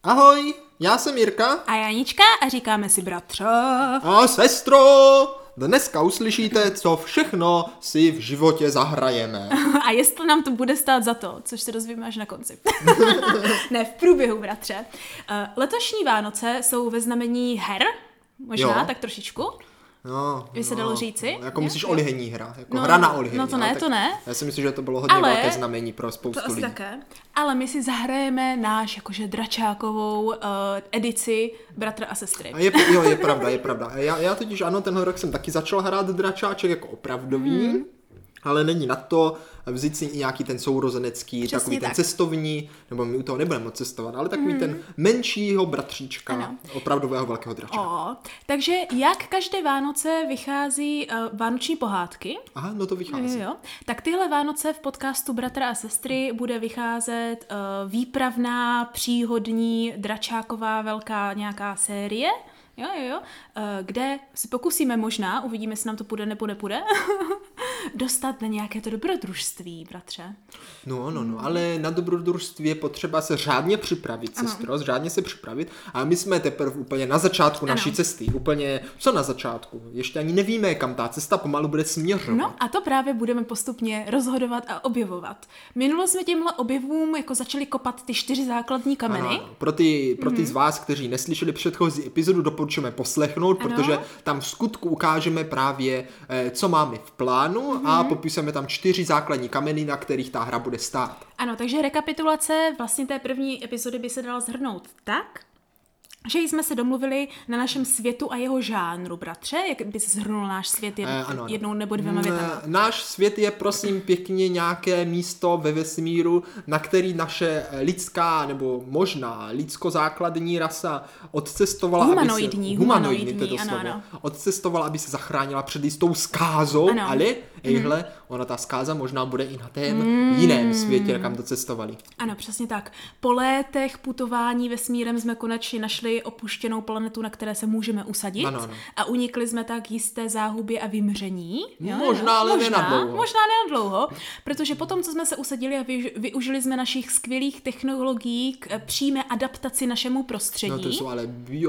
Ahoj, já jsem Jirka. A Janička a říkáme si bratře. A sestro, dneska uslyšíte, co všechno si v životě zahrajeme. A jestli nám to bude stát za to, což se dozvíme až na konci. Ne, v průběhu, bratře. Letošní Vánoce jsou ve znamení her, možná Jo. tak trošičku. No, By se dalo říci? Jako myslíš olihení hra, jako No, hra na olihení. no to ne, ale tak to ne. Já si myslím, že to bylo hodně Ale velké znamení pro spoustu To asi lidí. také. Ale my si zahrajeme náš jakože dračákovou edici Bratra a sestry. A je pravda. Já totiž ano, tenhle rok jsem taky začal hrát dračáček jako opravdový, ale není na to vzít si i nějaký ten sourozenecký, Přesně takový ten tak. cestovní, nebo my u toho nebudeme moc cestovat, ale takový ten menšího bratříčka, Ano. opravdového velkého dračáka. Takže jak každé Vánoce vychází vánoční pohádky, Aha, no to vychází. jo, tak tyhle Vánoce v podcastu Bratra a sestry bude vycházet výpravná, příhodní, dračáková velká nějaká série, jo, kde si pokusíme možná, uvidíme, jestli nám to půjde nebo nepůjde, dostat na nějaké to dobrodružství, bratře. No, ale na dobrodružství je potřeba se řádně připravit, sestro, řádně se připravit. A my jsme teprve úplně na začátku naší cesty. Úplně, co na začátku? Ještě ani nevíme, kam ta cesta pomalu bude směřovat. No a to právě budeme postupně rozhodovat a objevovat. Minulo jsme těmhle objevům jako začali kopat ty 4 základní kameny. Ano. Pro ty z vás, kteří neslyšeli předchozí epizodu, doporučujeme poslechnout, protože tam v skutku ukážeme právě, co máme v plánu a popisujeme tam 4 základní kameny, na kterých ta hra bude stát. Ano, takže rekapitulace vlastně té první epizody by se dala shrnout tak, že jsme se domluvili na našem světu a jeho žánru, bratře. Jak by se shrnul náš svět Ano. jednou nebo 2 větama? Náš svět je, prosím, pěkně nějaké místo ve vesmíru, na který naše lidská, nebo možná lidskozákladní rasa odcestovala, Humanoidní, to je to ano, slovo, ano. odcestovala, aby se zachránila před jistou zkázou, Ano. ale ona ta zkáza možná bude i na tém jiném světě, kam docestovali. Ano, přesně tak. Po létech putování vesmírem jsme konečně našli opuštěnou planetu, na které se můžeme usadit. Ano. A unikli jsme tak jisté záhubě a vymření. Možná, ale nenadlouho. Možná nenadlouho, protože potom, co jsme se usadili a využili jsme našich skvělých technologií k přímé adaptaci našemu prostředí. No to jsou ale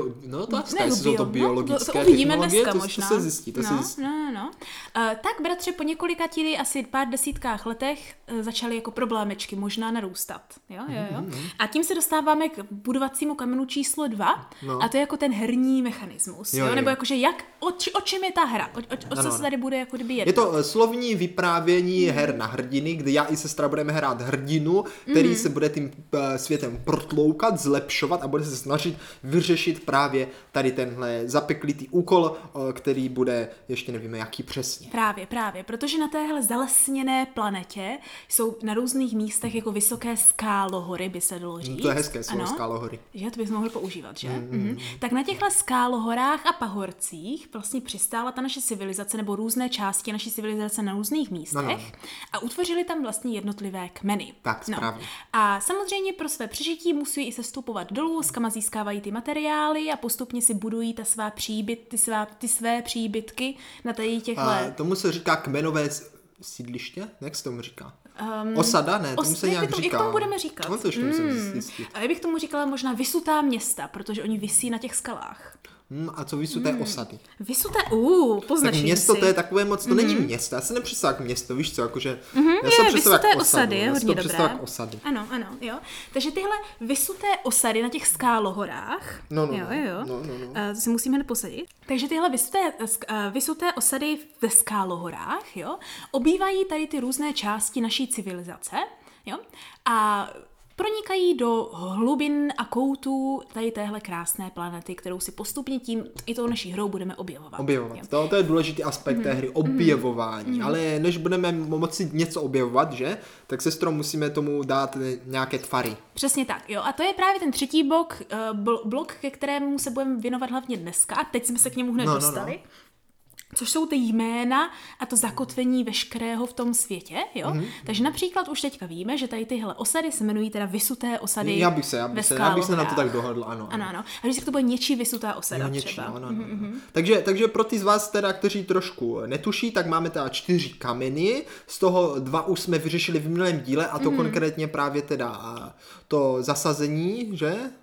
jsou to To biologické uvidíme technologie, dneska to možná. se zjistí, to se zjistí. No. Tak, bratře, po několika asi pár desítkách letech začaly jako problémečky možná narůstat. Jo. A tím se dostáváme k budovacímu kamenu číslo 2 a to je jako ten herní mechanismus. Jo. Nebo jakože o čem je ta hra? O co se tady bude jako kdyby jednat? Je to slovní vyprávění her na hrdiny, kde já i sestra budeme hrát hrdinu, který se bude tím světem protloukat, zlepšovat a bude se snažit vyřešit právě tady tenhle zapeklitý úkol, který bude, ještě nevíme jaký přesně. Právě, protože na téhle zalesněné planetě jsou na různých místech jako vysoké skálohory, by se dalo říct. To je hezké slovo, Ano. skálohory. Že, to bys mohl používat, že? Tak na těchto skálohorách a pahorcích vlastně přistála ta naše civilizace nebo různé části naší civilizace na různých místech a utvořili tam vlastně jednotlivé kmeny. Tak, správně. A samozřejmě pro své přežití musí i sestupovat dolů, z kama získávají ty materiály a postupně si budují ty své příbytky na tady těchhle... Tomu se říká kmenové sídliště? Jak se tomu říká? Osada? Ne, tomu se nějak říká. Jak tomu budeme říkat? No to ještě musím zjistit. A já bych tomu říkala možná vysutá města, protože oni visí na těch skalách. A co vysuté osady? Vysuté, Tak poznačím město si. to je takové moc, to není město, já se nepředstavím jak město, víš co, jakože... Já Je, jsem vysuté osady, je hodně dobré. Jak osady. Ano, jo. Takže tyhle vysuté osady na těch skálohorách, No. To si musíme hned posadit. Takže tyhle vysuté osady ve skálohorách, jo, obývají tady ty různé části naší civilizace, jo, a pronikají do hlubin a koutů tady téhle krásné planety, kterou si postupně tím i tou naší hrou budeme objevovat. Jo. To je důležitý aspekt té hry, objevování. Ale než budeme moci něco objevovat, že? Tak sestro musíme tomu dát nějaké tvary. Přesně tak, jo. A to je právě ten třetí blok, ke kterému se budeme věnovat hlavně dneska. A teď jsme se k němu hned dostali. Což jsou ty jména a to zakotvení veškerého v tom světě, jo? Takže například už teďka víme, že tady tyhle osady se jmenují teda vysuté osady. Já bych se na to tak dohodl, ano. Ano. A když to bude něčí vysutá osada třeba. Ano. Takže pro ty z vás teda, kteří trošku netuší, tak máme teda 4 kameny, z toho 2 už jsme vyřešili v minulém díle a to konkrétně právě teda to zasazení, že?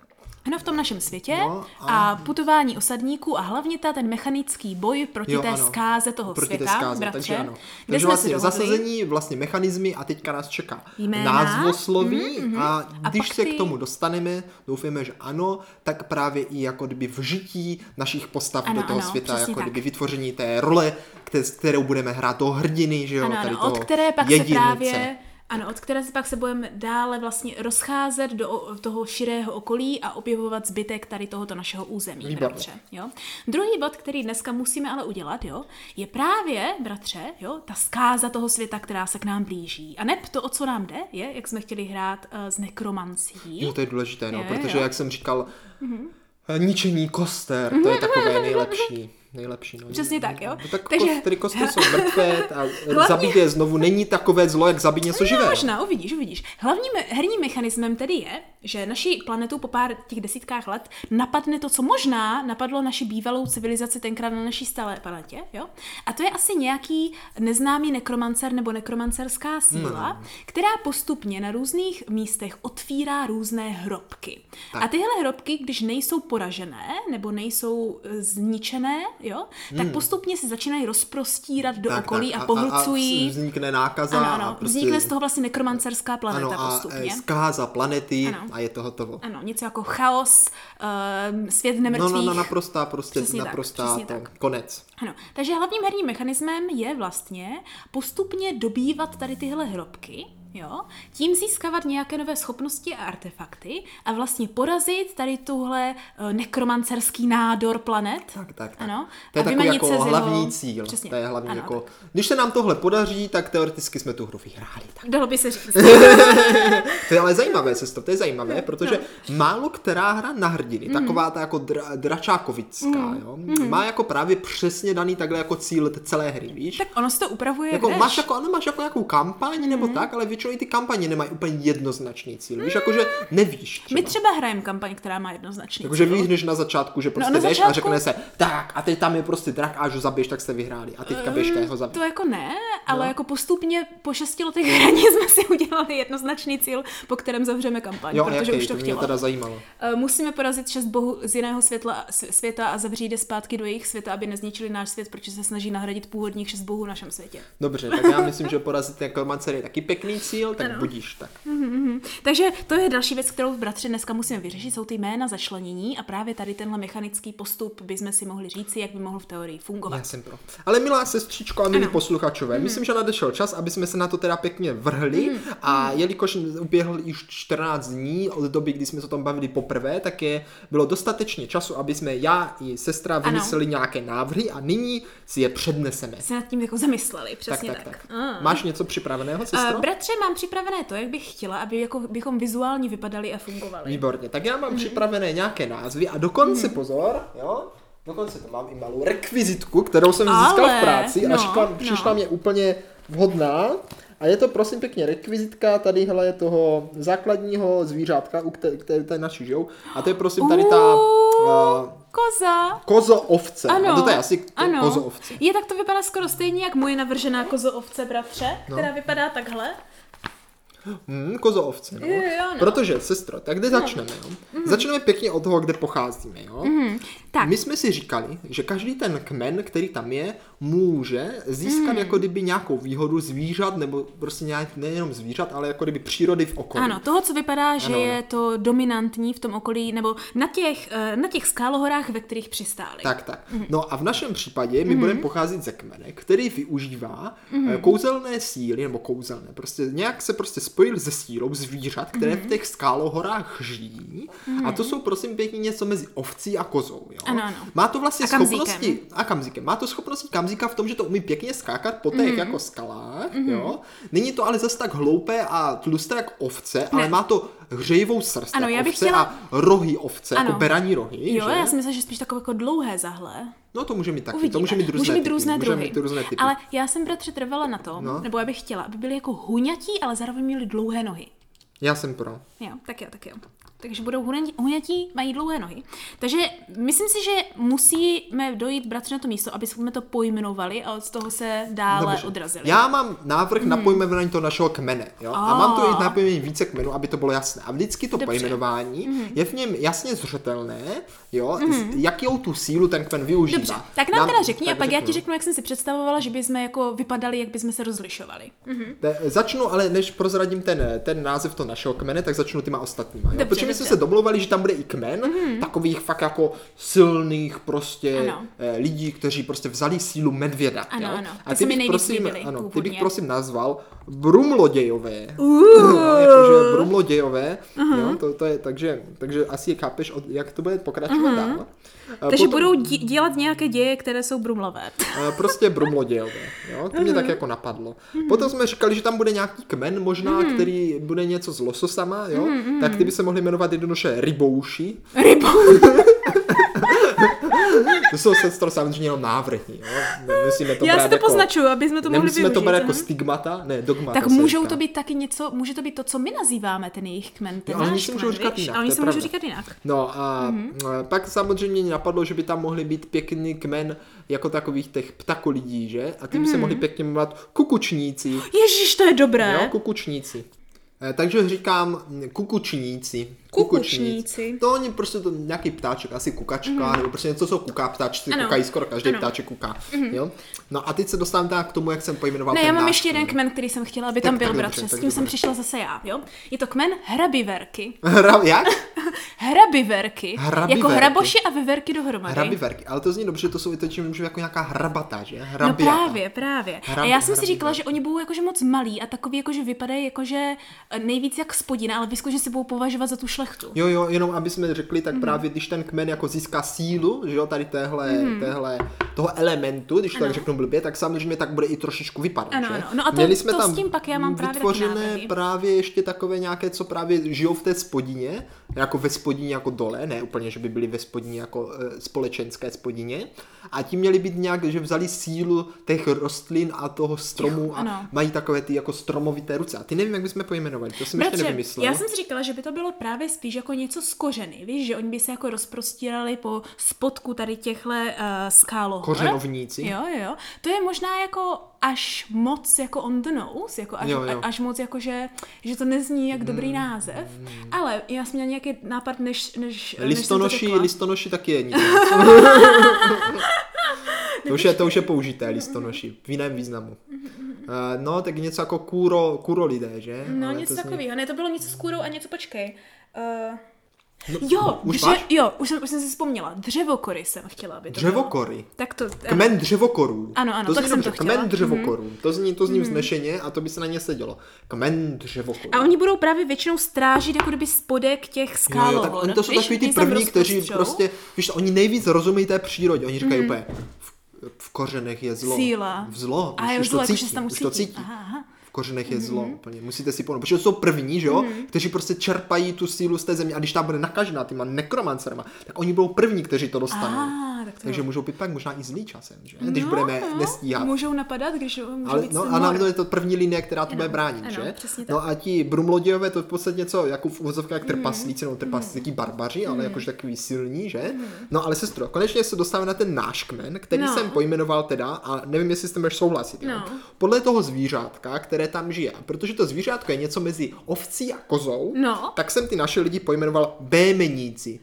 Ano, v tom našem světě a putování osadníků a hlavně ten mechanický boj proti té zkáze toho světa, bratře, takže ano. Kde takže vlastně zasazení, vlastně mechanizmy a teďka nás čeká názvosloví a když se k tomu dostaneme, doufáme, že ano, tak právě i jako kdyby vžití našich postav do toho světa, jako kdyby vytvoření té role, kterou budeme hrát toho hrdiny, že jo, tady toho od které pak jedince. se právě od které pak se budeme dále vlastně rozcházet do toho širého okolí a objevovat zbytek tady tohoto našeho území, bratře. Jo? Druhý bod, který dneska musíme ale udělat, jo, je právě, bratře, jo, ta zkáza toho světa, která se k nám blíží. A neb to, o co nám jde, je, jak jsme chtěli hrát s nekromancí. Jo, to je důležité, protože jak jsem říkal, ničení koster, to je takové nejlepší. No. Přesně tak, jo. No, tak tedy kostry jsou mrtvé a zabít je znovu není takové zlo, jak zabít něco živého. Možná, uvidíš. Hlavním herním mechanismem tedy je, že naši planetu po pár těch desítkách let napadne to, co možná napadlo naši bývalou civilizaci tenkrát na naší stálé planetě, jo. A to je asi nějaký neznámý nekromancer nebo nekromancerská síla, která postupně na různých místech otvírá různé hrobky. Tak. A tyhle hrobky, když nejsou poražené nebo nejsou zničené, jo, tak postupně se začínají rozprostírat do okolí a pohlcují. A vznikne nákaza. Ano, prostě vznikne z toho vlastně nekromancerská planeta postupně. Zkáza planety a je to hotovo. Ano, něco jako chaos, svět nemrtvých. No, naprostá konec. Ano, takže hlavním herním mechanismem je vlastně postupně dobývat tady tyhle hrobky, jo, tím získávat nějaké nové schopnosti a artefakty a vlastně porazit tady tuhle nekromancerský nádor planet. Tak. Ano, to je takový jako hlavní cíl. Přesně. To je hlavní jako, když se nám tohle podaří, tak teoreticky jsme tu hru vyhráli. Tak. Dalo by se říct. To je ale zajímavé, sestro, to je zajímavé, protože málo která hra na hrdiny, taková ta jako dračákovická, jo, má jako právě přesně daný takhle jako cíl celé hry, víš? Tak ono se to upravuje, jako máš jako nějakou kampaň nebo tak, ale většinou i ty kampaně nemají úplně jednoznačný cíl, víš, jakože nevíš třeba. My třeba hrajeme kampaň, která má jednoznačný jakože víš, než na začátku, že prostě jdeš a řekne se, tak a teď tam je prostě drak a až ho zabiješ, tak jste vyhráli a teďka běžte ho zabít. To jako ne, ale jako postupně po 6 letech hraní jsme si udělali jednoznačný cíl, po kterém zavřeme kampaň, protože už to chtělo. Mě teda zajímalo. Musíme porazit 6 bohů z jiného světa a zavřít je zpátky do jejich světa, aby nezničili náš svět, protože se snaží nahradit původních 6 bohů v našem světě. Dobře, tak já myslím, že porazit nekromancer je taky pěkný cíl, tak budíš tak. Takže to je další věc, kterou, bratře, dneska musíme vyřešit, jsou ty jména začlenění a právě tady tenhle mechanický postup bychom si mohli říci, jak by mohl v teorii fungovat. Já jsem pro. Ale milá sestřičko a milí posluchačové, myslím, že nadešel čas, aby jsme se na to teda pěkně vrhli a jelikož uběhl již 14 dní od doby, kdy jsme se o tom bavili poprvé, tak bylo dostatečně času, aby jsme já i sestra vymysleli nějaké návrhy a nyní si je předneseme. Se nad tím jako zamysleli, přesně tak. Máš něco připraveného, sestro? Bratře, mám připravené to, jak bych chtěla, aby jako bychom vizuálně vypadali a fungovali. Výborně, tak já mám připravené nějaké názvy a dokonce pozor, jo? Dokonce to mám i malou rekvizitku, kterou jsem získal v práci a přišla mě úplně vhodná. A je to prosím pěkně rekvizitka tadyhle toho základního zvířátka, které tady naši žijou. A to je prosím tady ta... Koza. Kozo-ovce. Ano. A to je asi kozo-ovce. Je, tak to vypadá skoro stejně jak moje navržená kozo-ovce, bratře, která vypadá takhle. Kozo-ovce, no. No. Protože, sestro, tak kde začneme, jo? Začneme pěkně od toho, kde pocházíme, jo? Tak. My jsme si říkali, že každý ten kmen, který tam je, může získat jako kdyby nějakou výhodu zvířat, nebo prostě nějak nejenom zvířat, ale jako kdyby přírody v okolí. Ano, toho, co vypadá, že je to dominantní v tom okolí, nebo na těch skálohorách, ve kterých přistáli. Tak. No a v našem případě my budeme pocházet ze kmene, který využívá kouzelné síly, nebo kouzelné, prostě nějak se prostě spojil se sílou zvířat, které v těch skálohorách žijí. A to jsou prosím pěkně něco mezi ovcí a kozou, jo? Ano. Má to vlastně schopnosti a kamzíkem. Má to schopnosti kamzíka v tom, že to umí pěkně skákat po těch jako skalách, jo? Není to ale zase tak hloupé a tlusté jak ovce, ale má to hřejivou srst jak ovce a rohy ovce, jako beraní rohy. Jo, že? já si myslím, že spíš takové jako dlouhé zahle. No to může mít taky, Uvidíme. To může mít různé typy. Ale já jsem, bratře, trvala na tom, nebo já bych chtěla, aby byly jako huňatí, ale zároveň měly dlouhé nohy. Já jsem pro. Jo, tak jo. Takže budou hunatí, mají dlouhé nohy. Takže myslím si, že musíme dojít, bratři, na to místo, aby jsme to pojmenovali a od toho se dále odrazili. Já mám návrh na pojmenování toho našeho kmene. Jo? A mám to jít na pojmenování více kmenů, aby to bylo jasné. A vždycky to pojmenování je v něm jasně zřetelné, jo? Jakou tu sílu ten kmen využívá. Dobře, tak nám teda řekni a pak já ti řeknu, jak jsem si představovala, že bychom jako vypadali, jak bychom se rozlišovali. Začnu, ale než prozradím ten název toho našeho kmene, tak začnu těma ostatníma. Jo? Protože my jsme se domluvali, že tam bude i kmen takových fakt jako silných prostě lidí, kteří prostě vzali sílu medvěda. Ano, jo? ano. A ty bych prosím, líbily, ty bych prosím nazval Brumlodějové. Jakože Brumlodějové. Jo? To je, takže asi chápeš, jak to bude pokračovat dál. Takže budou dělat nějaké děje, které jsou brumlové. Prostě brumlodějové. Jo? To mě tak jako napadlo. Potom jsme říkali, že tam bude nějaký kmen možná, který bude něco s lososama, jo? Tak ty by se mohli jmenovat jednoduše rybouši. To jsou sestro samozřejmě jenom návrhy, jo? Musíme to já si to jako, poznačuju, aby jsme to mohli využít. Nemusíme to brát jako stigmata, ne, dogmata. Tak můžou to být taky něco, může to být to, co my nazýváme, ten jejich kmen, ten náš kmen, oni se můžou říkat jinak. No a pak samozřejmě mě napadlo, že by tam mohli být pěkný kmen jako takových těch ptakolidí, že? A ty by se mohli pěkně jmenovat kukučníci. Ježiš, to je dobré. Jo, kukučníci. Takže říkám kukučníci. To oni prostě to nějaký ptáček, asi kukačka, nebo prostě něco, co kuká, ptáčci kukají, skoro každý ptáček kuká. Jo? No a teď se dostávám k tomu, jak jsem pojmenoval ten já mám ještě jeden kmen, který jsem chtěla, aby tam byl, bratře, s tím jsem přišla zase já, jo? Je to kmen hrabiverky. Jak? Hrabiverky. Jako hraboši a vyverky dohromady. Hrabiverky, ale to zní dobře, to jsou i to, čím můžu jako nějaká hrabata, že? No právě. A já jsem si říkala, že oni budou jakože moc malí a takový jakože vypadají jakože nejvíc jak spodina, ale vyzkoušet se budou považovat za tu šlechtu. Jo, jenom aby jsme řekli, tak právě když ten kmen jako získá sílu, že jo, tady toho elementu, když to tak řeknu blbě, tak samozřejmě tak bude i trošičku vypadat, že? No a měli jsme tam s tím pak já mám právě vytvořené právě ještě takové nějaké, co právě žijou v té spodině, jako ve spodině jako dole, ne úplně, že by byli ve spodině jako společenské spodině. A ti měli být nějak, že vzali sílu těch rostlin a toho stromu a mají takové ty jako stromovité ruce. A ty nevím, jak bychom pojmenovali, to jsem ještě nevymyslel. Já jsem si říkala, že by to bylo právě spíš jako něco z kořeny, víš, že oni by se jako rozprostírali po spodku tady těchto skálohor. Kořenovníci. Jo. To je možná jako až moc jako on the nose, jako až moc jako, že to nezní jak dobrý název, ale já jsem měla nějaký nápad, než listonoši taky je nic. To už je použité, listonoši, v jiném významu. No, tak něco jako kůro lidé, že? No, ale něco takového. Ne, to bylo něco s kůrou a něco, počkej. Už jsem si vzpomněla. Dřevokory jsem chtěla, aby to Dřevokory? Bylo. Tak to, kmen dřevokorů. Ano, to tak jsem to chtěla. Kmen dřevokorů. To zní vznešeně a to by se na ně sedělo. Kmen dřevokorů. A oni budou právě většinou strážit jako kdyby spodek těch skálohor. Tak oni to jsou takový ty první, kteří prostě, víš, oni nejvíc rozumějí té přírodě. Oni říkají úplně, v kořenech je zlo. Síla. Zlo. A už to cítí. Aha. V kořenech je zlo, úplně. Musíte si pomoct. Protože to jsou první, že jo, kteří prostě čerpají tu sílu z té země a když ta bude nakažená těma nekromancerma, tak oni budou první, kteří to dostanou. Takže můžou být pak možná i zlí časem, že? Když budeme nestíhat. Můžou napadat, když můžou být a nám to je to první linie, která to bude bránit, že? No a ti brumlodějové to v podstatě něco jako v uvozovkách jak trpaslíci, nebo trpaslíci barbaři, ale jakož takový silní, že? No ale sestro, konečně se dostáváme na ten náš kmen, který jsem pojmenoval teda a nevím, jestli s tím budeš souhlasit. Podle toho zvířátka, které tam žije. A protože to zvířátko je něco mezi ovcí a kozou, tak jsem ty naše lidi pojmenoval bémeníci.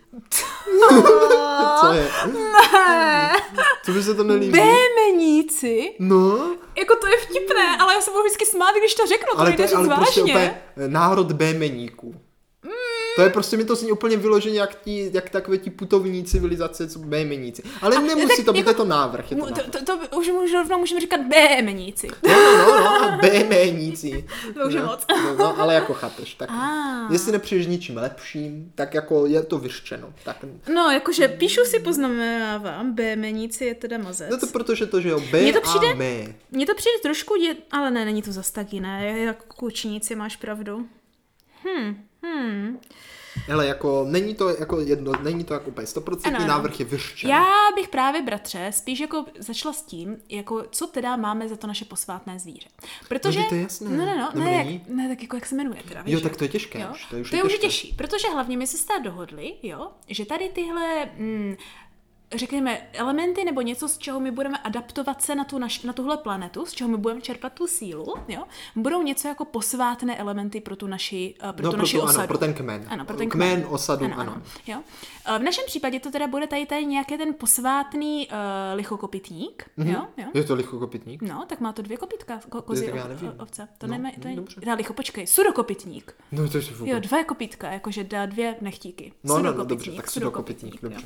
Co je? Ne. Co by se to nelíbí? Bémeníci? No. Jako to je vtipné, ale já se budu vždycky smát, když to řeknu, to nejde říct vážně. Prostě úplně národ bémeníků. To je prostě, mi to zní úplně vyloženě jak takové ti putovní civilizace, co bémeníci. Ale nemusí to být, jako, je to návrh. To už rovnou můžeme říkat bémeníci. No, bémeníci. To už je moc. No, ale jako chápeš. Tak jestli nepřiješ ničím lepším, tak jako je to vyřčeno. Tak. No, jakože píšu si, poznamenávám, bémeníci je teda mazec. No to protože to, že jo, B a mé. Mně to přijde trošku, ale ne, není to zas tak jiné. Jako kučníci, máš pravdu. Hele, jako není to jako úplně 100% návrh je vyřčen. Já bych právě, bratře, spíš jako začala s tím, jako co teda máme za to naše posvátné zvíře. Protože... No, to je jasné. Ne, tak jako jak se jmenuje teda, víš? Jo, tak to je těžké. To je už těžší, protože hlavně my se stále dohodli, jo, že tady tyhle... řekněme, elementy nebo něco, z čeho my budeme adaptovat se na tuhle planetu, z čeho my budeme čerpat tu sílu, jo, budou něco jako posvátné elementy pro tu naši, naši osadu. Ano, pro ten kmen. Ano, pro ten kmen, osadu, ano. Jo. V našem případě to teda bude tady nějaký ten posvátný lichokopytník, jo. Je to lichokopytník? No, tak má to 2 kopytka, kozy, ovce. To dobře. Počkej, sudokopytník. No, to je jo, 2 kopytka, jakože dá 2 nechtíky. No, dobře, tak sudokopytník, dobře.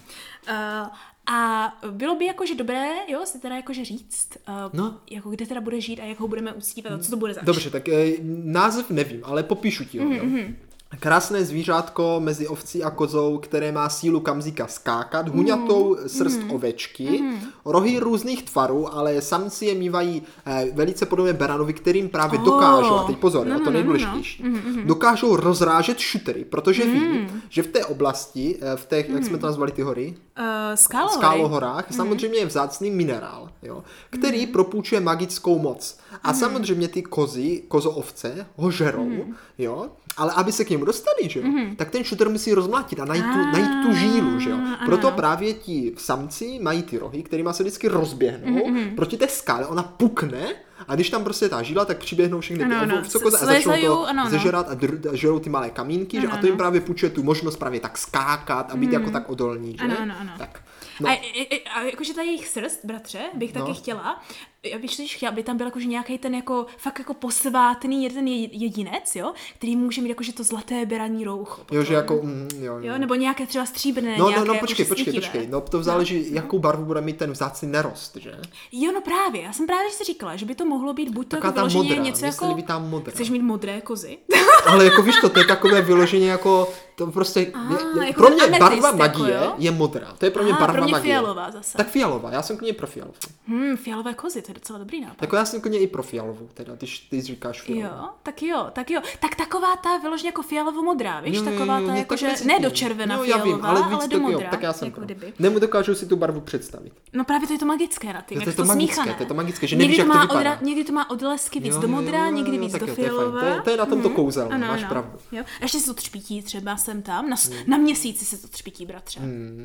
A bylo by jakože dobré, jo, si teda jakože říct, jako kde teda bude žít a jak ho budeme uctívat a co to bude zač. Dobře, tak název nevím, ale popíšu ti ho. Krásné zvířátko mezi ovcí a kozou, které má sílu kamzíka skákat, huňatou srst ovečky, rohy různých tvarů, ale samci je mívají velice podobné beranovi, kterým právě dokážou, a teď pozor, to nejdůležitější, dokážou rozrážet šutery, protože ví, že v té oblasti, v těch, jak jsme to nazvali ty hory? Skálohorách, samozřejmě je vzácný minerál, jo, který propůjčuje magickou moc. A samozřejmě ty kozoovce ho žerou, jo, ale aby se k němu dostali, že jo, tak ten šuter musí rozmlátit a najít tu žílu, že jo. Proto právě ti samci mají ty rohy, kterýma se vždycky rozběhnou proti té skále, ona pukne a když tam prostě ta žíla, tak přiběhnou všechny ty ovcokoze a začnou to zežerat a žerou ty malé kamínky, že? A to jim právě půjčuje tu možnost právě tak skákat a být jako tak odolní, že? Tak. No. A jakože ta jejich srst, bratře, bych taky chtěla, aby tam byl jakože nějaký ten jako fakt jako posvátný jeden jedinec, jo, který může mít jakože to zlaté beraní roucho. Jo, že jako, jo, nebo nějaké třeba stříbrné, No, počkej, no to záleží, jakou barvu bude mít ten vzácný nerost, že? Jo, no právě, já jsem právě si říkala, že by to mohlo být buď to jako vyloženě něco jako... Chceš mít modré kozy? Ale jako víš to je takové vyloženě jako, to prostě, jako pro mě barva magie je modrá, to je pro mě barva magie. Fialová zase. Tak fialová, já jsem klidně pro fialovou. Fialové kozy, to je docela dobrý nápad. Tak já jsem klidně i pro fialovou, teda, když ty říkáš fialovou. Jo. Tak taková ta vyloženě jako fialovo-modrá, víš? Taková ta jakože, ne do červena fialová, ale do modrá. Tak já jsem jako nedokážu si tu barvu představit. No právě to je to magické na tím, jak to smíchané. To je to magické, že nevíš, jak to vypadá. Někdy to má odlesky víc do modrá, někdy víc do fialová. To je na tomto kouzelné, máš pravdu. A ještě se to třpítí třeba sem tam, na měsíci se to třpítí, bratře.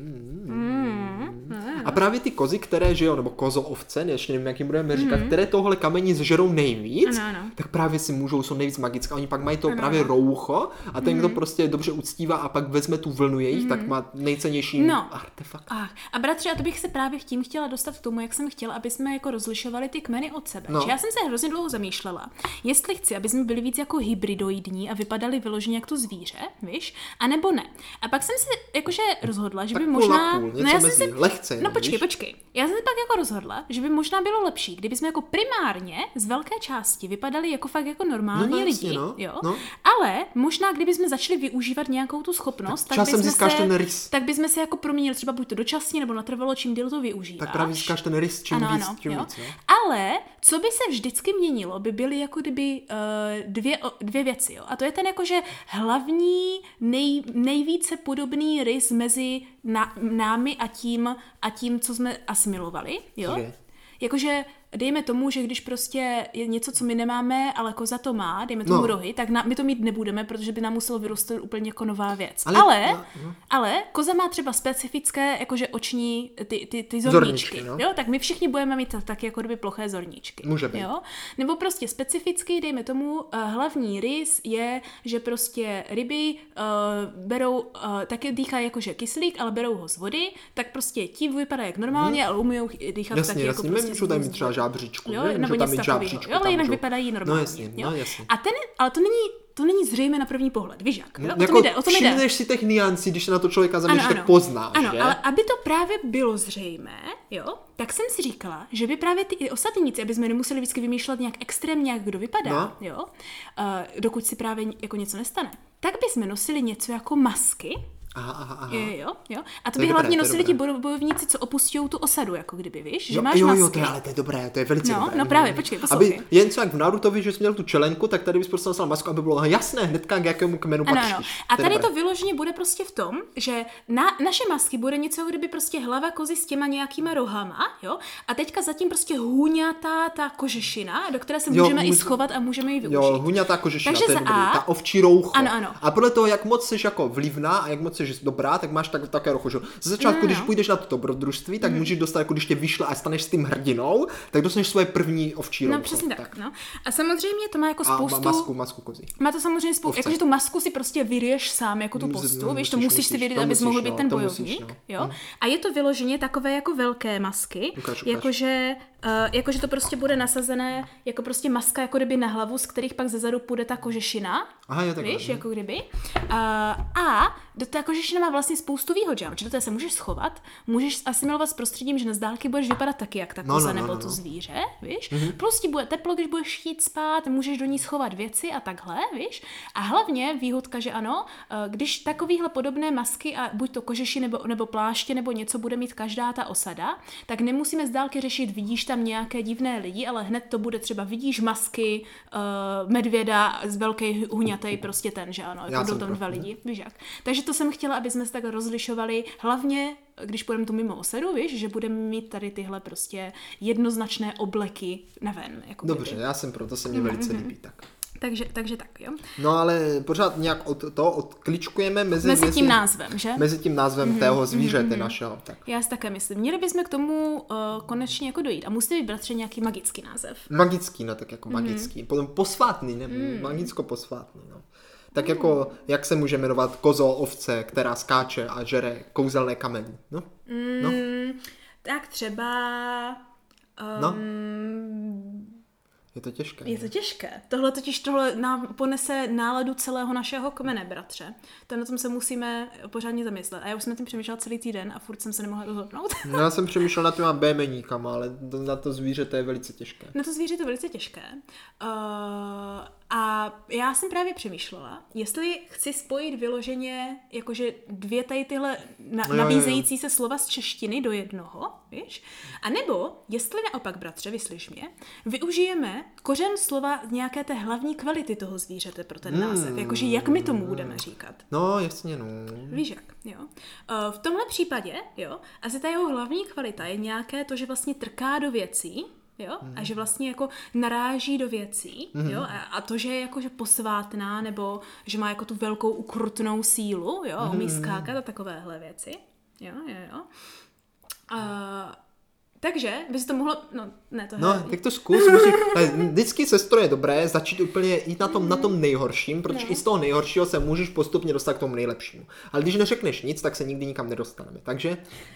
A právě ty kozy, které žijou, nebo kozoovce, ještě nevím, jak jim budeme říkat, které tohle kamení zžerou nejvíc, tak právě jsou nejvíc magické. Oni pak mají to právě roucho a ten, kdo prostě dobře uctívá a pak vezme tu vlnu jejich, tak má nejcennější artefakt. A bratře, a to bych se právě tím chtěla dostat k tomu, jak jsem chtěla, aby jsme jako rozlišovali ty kmeny od sebe. Já jsem se hrozně dlouho zamýšlela, jestli chci, aby jsme byli víc jako hybridoidní a vypadali vyloženě jak to zvíře, víš, a nebo ne. A pak jsem se jakože rozhodla, že by možná počkej. Já jsem se pak jako rozhodla, že by možná bylo lepší, kdyby jsme jako primárně z velké části vypadali jako fakt jako normální lidi, ale možná kdyby jsme začali využívat nějakou tu schopnost, tak bychom se jako proměnili třeba buď to dočasně nebo natrvalo, čím díl to využíváš. Tak právě získáš ten rys čím víc. Ale co by se vždycky měnilo, by byly jako kdyby dvě věci, jo. A to je ten jakože hlavní nejvíce podobný rys mezi námi a tím, co jsme asimilovali, jo. Okay. Jakože dejme tomu, že když prostě je něco, co my nemáme, ale koza to má, dejme tomu rohy, tak my to mít nebudeme, protože by nám muselo vyrůstat úplně jako nová věc. Ale koza má třeba specifické jakože oční ty zorničky. Jo? Tak my všichni budeme mít taky jako kdyby ploché zorničky. Může být. Jo? Nebo prostě specificky, dejme tomu, hlavní rys je, že prostě ryby berou, taky dýchají jakože kyslík, ale berou ho z vody, tak prostě ti vypadají jak normálně, ale umíjou dýchat taky jako prostě žábříčku, jo, nebo něco takového, ale jinak vypadají normálně. No jasně. Ale to není zřejmě na první pohled, víš jak? Jo? O tom jde. Všimneš si těch niancí, když se na to člověka zaměříš, tak poznáš, ano, že? Ale aby to právě bylo zřejmé, jo, tak jsem si říkala, že by právě ty ostatníci, aby jsme nemuseli vždycky vymýšlet nějak extrémně, jak kdo vypadá, jo, dokud si právě jako něco nestane, tak bychom nosili něco jako masky, Aha. Jo. A to by hlavně nosili ti bojovníci, co opustí tu osadu, jako kdyby, víš, že máš masky. To je dobré, to je velice dobré. No právě, počkej, poslouchej. Aby jen co jak v Narutovi, že jsi měl tu čelenku, tak tady bys prostě nosil masku, aby bylo jasné hnedka, k jakému kmenu patříš. Ano. A tady to vyloženě bude prostě v tom, že naše masky bude něco, kdyby prostě hlava kozy s těma nějakýma rohama, jo? A teďka zatím prostě hůňatá ta kožešina, do které se můžeme i schovat a můžeme ji využít. Jo, hůňatá kožešina, to je dobrý. Ta ovčí roucho. Ano. A podle toho, jak moc jsi jako vlivná a jak moc jsi dobrá, tak máš také rocho. Ze začátku, když půjdeš na to dobrodružství, tak můžeš dostat, jako když tě vyšle a staneš s tím hrdinou, tak dostaneš svoje první ovčí roucho. No přesně tak. No. A samozřejmě to má jako spoustu... masku kozy. Má to samozřejmě spoustu, jakože tu masku si prostě vyriješ sám, jako tu postu, víš, to musíš si vyryt, abys mohl být ten bojovník, jo. A je to vyloženě takové jako velké masky, jakože to prostě bude nasazené jako prostě maska jako kdyby na hlavu, z kterých pak zezadu půjde ta kožešina. Aha, jo, víš, jako kdyby. A do té kožešina má vlastně spoustu výhod, že? Protože do té se můžeš schovat, můžeš asimilovat s prostředím, že na zdálky budeš vypadat taky jak ta koza nebo to zvíře, víš? Prostě bude teplo, když budeš chtít spát, můžeš do ní schovat věci a takhle, víš? A hlavně výhodka, že ano, když takovýhle podobné masky a buď to kožeši nebo pláště nebo něco bude mít každá ta osada, tak nemusíme z dálky řešit, vidíš tam nějaké divné lidi, ale hned to bude třeba vidíš masky, medvěda z velký huňatej, prostě ten, že ano, jako jdou tam dva lidi, víš jak. Takže to jsem chtěla, aby jsme se tak rozlišovali, hlavně když půjdeme tu mimo osadu, víš, že budeme mít tady tyhle prostě jednoznačné obleky neven. Jako dobře, já jsem proto, se mě velice líbí, tak. Takže tak, jo. No ale pořád nějak odkličkujeme mezi tím názvem, že? Mezi tím názvem tého zvířete našeho. Tak. Já si také myslím. Měli bychom k tomu konečně jako dojít. A musí být, bratře, nějaký magický název. Magický, no tak jako magický. Potom posvátný, ne? Magicko-posvátný, no. Tak jako, jak se může jmenovat kozo, ovce, která skáče a žere kouzelné kameny, no? Tak třeba... No? Je to těžké. Je to těžké. Tohle nám ponese náladu celého našeho kmene, bratře. To na tom se musíme pořádně zamyslet. A já už jsem na tím přemýšlela celý týden a furt jsem se nemohla rozhodnout. No, já jsem přemýšlel nad těma bémeníkama, ale na to zvíře to je velice těžké. Na to zvíře to je velice těžké. A já jsem právě přemýšlela, jestli chci spojit vyloženě jakože dvě tady tyhle nabízející se slova z češtiny do jednoho, víš? A nebo, jestli naopak, bratře, vyslyš mě, využijeme kořen slova nějaké té hlavní kvality toho zvířete pro ten název, jakože jak my tomu budeme říkat. No, jasně, no. Víš jak, jo. V tomhle případě, jo, asi ta jeho hlavní kvalita je nějaké to, že vlastně trká do věcí, jo? A že vlastně jako naráží do věcí, jo? A to, že je jako že posvátná, nebo že má jako tu velkou ukrutnou sílu, jo? A umí skákat a takovéhle věci. Jo. Takže bys to mohlo... tak to zkus. Vždycky, sestro, je dobré začít úplně jít na tom nejhorším, protože i z toho nejhoršího se můžeš postupně dostat k tomu nejlepšímu. Ale když neřekneš nic, tak se nikdy nikam nedostaneme. Takže...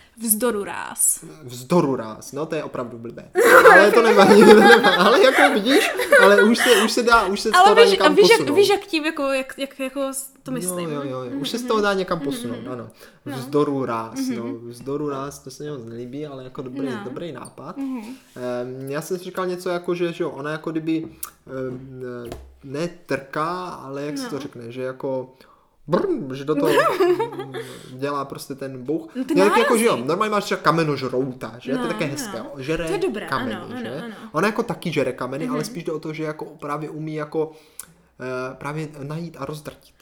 Vzdoru ráz, no to je opravdu blbé. Ale to nevadí. Ale jako vidíš, ale už se dá někam posunout. Víš, jak tím, jak to myslím. Jo. Už se z toho dá někam posunout, ano. Vzdoru ráz, to se mě moc nelíbí, ale jako dobrý nápad. Já jsem si říkal něco jako, že ona jako kdyby ne trká, ale jak se to řekne, že jako že do toho dělá prostě ten bouch. Jako, že jo, normálně máš třeba kamenožrouta, že? To je také hezké. Žere kameny, že? Ano. Ona jako taky žere kameny, ale spíš jde o to, že jako právě umí jako právě najít a rozdrtit.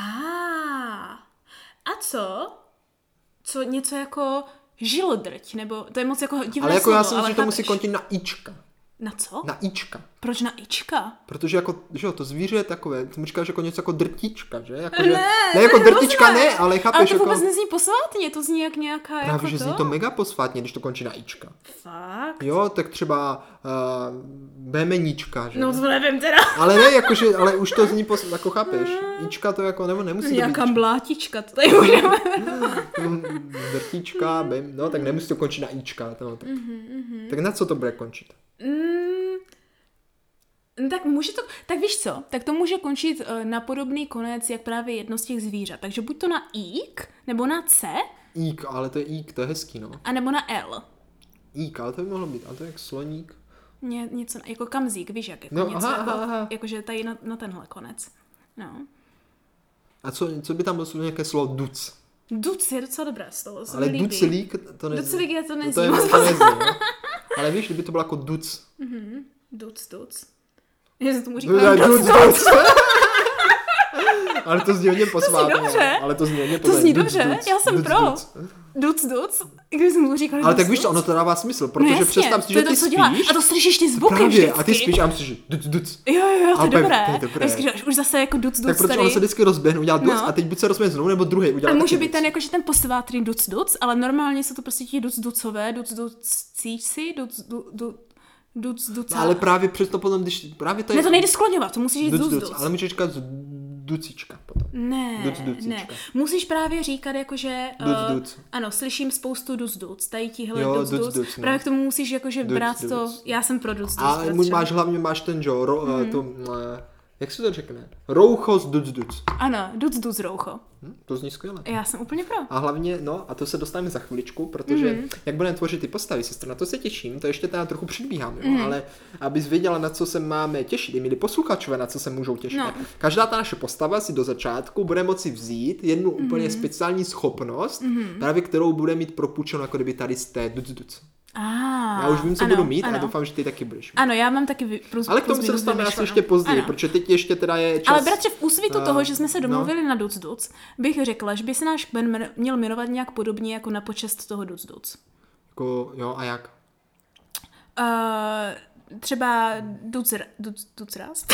A co? Co něco jako žilodrť, nebo to je moc jako divné ale jako slovo, já si myslím, že to musí končit na ička. Na co? Na ička. Proč na ička? Protože jako, že jo, to zvíře je takové, ty mu říkáš jako něco jako drtička, že? Jako, ne jako drtička ne, ale chápeš jako... Ale to vůbec jako... nezní posvátně, to zní jak nějaká právě, jako že to? zní to mega posvátně, když to končí na ička. Fakt? Jo, tak třeba bémeníčka, že? No to nevím teda. Ale ne, jakože, ale už to zní jako chápeš, ička to jako, nebo nemusí to být... Nějaká blátička, to tady můžeme. Drtička, no tak nemusí to končit na ička. Tak na co to bude končit? Tak víš co, tak to může končit na podobný konec, jak právě jedno z těch zvířat. Takže buď to na ík, nebo na C. Ík, ale to je ík, to je hezký, no. A nebo na L. Ík, ale to by mohlo být, ale to je jak sloník. Něco, jako kamzík, víš jak, jako no, něco, aha. Jakože tady na tenhle konec. No. A co by tam bylo nějaké slovo duc? Duc je docela dobré slovo, to Ale mi líbí. duclík to nezní. Duclík je to nezní. To nezní, jo. Ale víš, kdyby to bylo jako duc. Duc. Já jsem tomu říkala Duc. Ale to zní hodně posvátně. dobře. Ale to zní hodně To zní dobře, duc, já jsem duc, pro. duc. Duc. Když jsem mu říkala Ale duc, tak víš co, ono to dává smysl, protože jasně, představ si, to že je to, ty co dělá. spíš. A to slyšíš ty zvuky Právě, vždycky. a ty spíš a myslíš, že duc. Jo, to je A dobré. to je dobré. A vždycky, už zase jako duc Tak protože tady. ono se vždycky rozběhne, udělá duc No. a teď buď se rozběhne znovu, nebo druhý udělá A taky může být duc. ten jakože ten posvátný duc, ale normálně jsou to prostě ti ducové, ducíci, ducá. Ale právě přesto potom, když právě to je... Ne, to nejde skloňovat, to musíš říct duc. Ale můžeš říkat ducíčka potom. Ne. Musíš právě říkat jakože... Duc. Ano, slyším spoustu duc. Tady tíhle Jo, duc. no. Právě k tomu musíš jakože brát duc. to... Já jsem pro duc. A hlavně máš ten, jak se to řekne? Roucho z duc. Ano, duc roucho. To zní skvěle. Já jsem úplně pro. A hlavně, a to se dostaneme za chviličku, protože jak budeme tvořit ty postavy, sestro, na to se těším, to ještě teda trochu předbíhám, jo, ale abys věděla, na co se máme těšit, i milí posluchačové, na co se můžou těšit. No. Každá ta naše postava si do začátku bude moci vzít jednu úplně speciální schopnost, právě kterou bude mít propůjčenou jako kdyby tady z té duc. Já už vím, co budu mít a doufám, že ty taky budeš mít. Ano, já mám taky Ale k tomu se dostaneme asi ještě později, protože teď ještě teda je čas. Ale bratře, v úsvitu toho, že jsme se domluvili na duc, bych řekla, že by se náš kmen měl jmenovat nějak podobně jako na počest toho duc. Jako, jo, a jak? Třeba ducrast.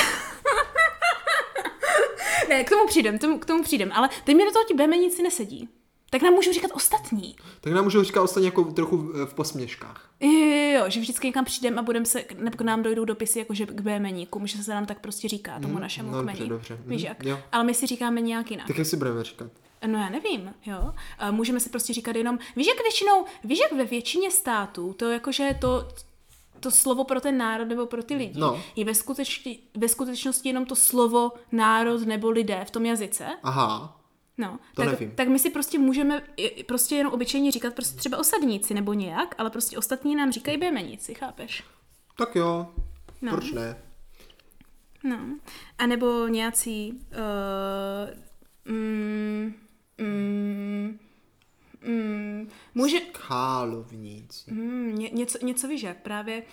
Ne, k tomu přijdem, ale teď mi do toho ti bémenici nesedí. Tak nám můžou říkat ostatní. Tak nám můžou říkat ostatní jako trochu v posměškách. Jo, že vždycky někam přijdem a nebo k nám dojdou dopisy jakože k bémeníku, že se nám tak prostě říká tomu našemu kmeni. Dobře. Víš jak? Jo. Ale my si říkáme nějak jinak. Tak jak si budeme říkat? No já nevím, jo. Můžeme si prostě říkat jenom, víš jak ve většině států to jakože to slovo pro ten národ nebo pro ty lidi je ve skutečnosti jenom to slovo národ nebo lidé v tom jazyce. Aha. No, nevím. tak my si prostě můžeme prostě jenom obyčejně říkat prostě třeba osadníci nebo nějak, ale prostě ostatní nám říkají bémeníci, chápeš? Tak jo, proč ne? No, a nebo nějací může... Skálovníci. Něco víš jak, právě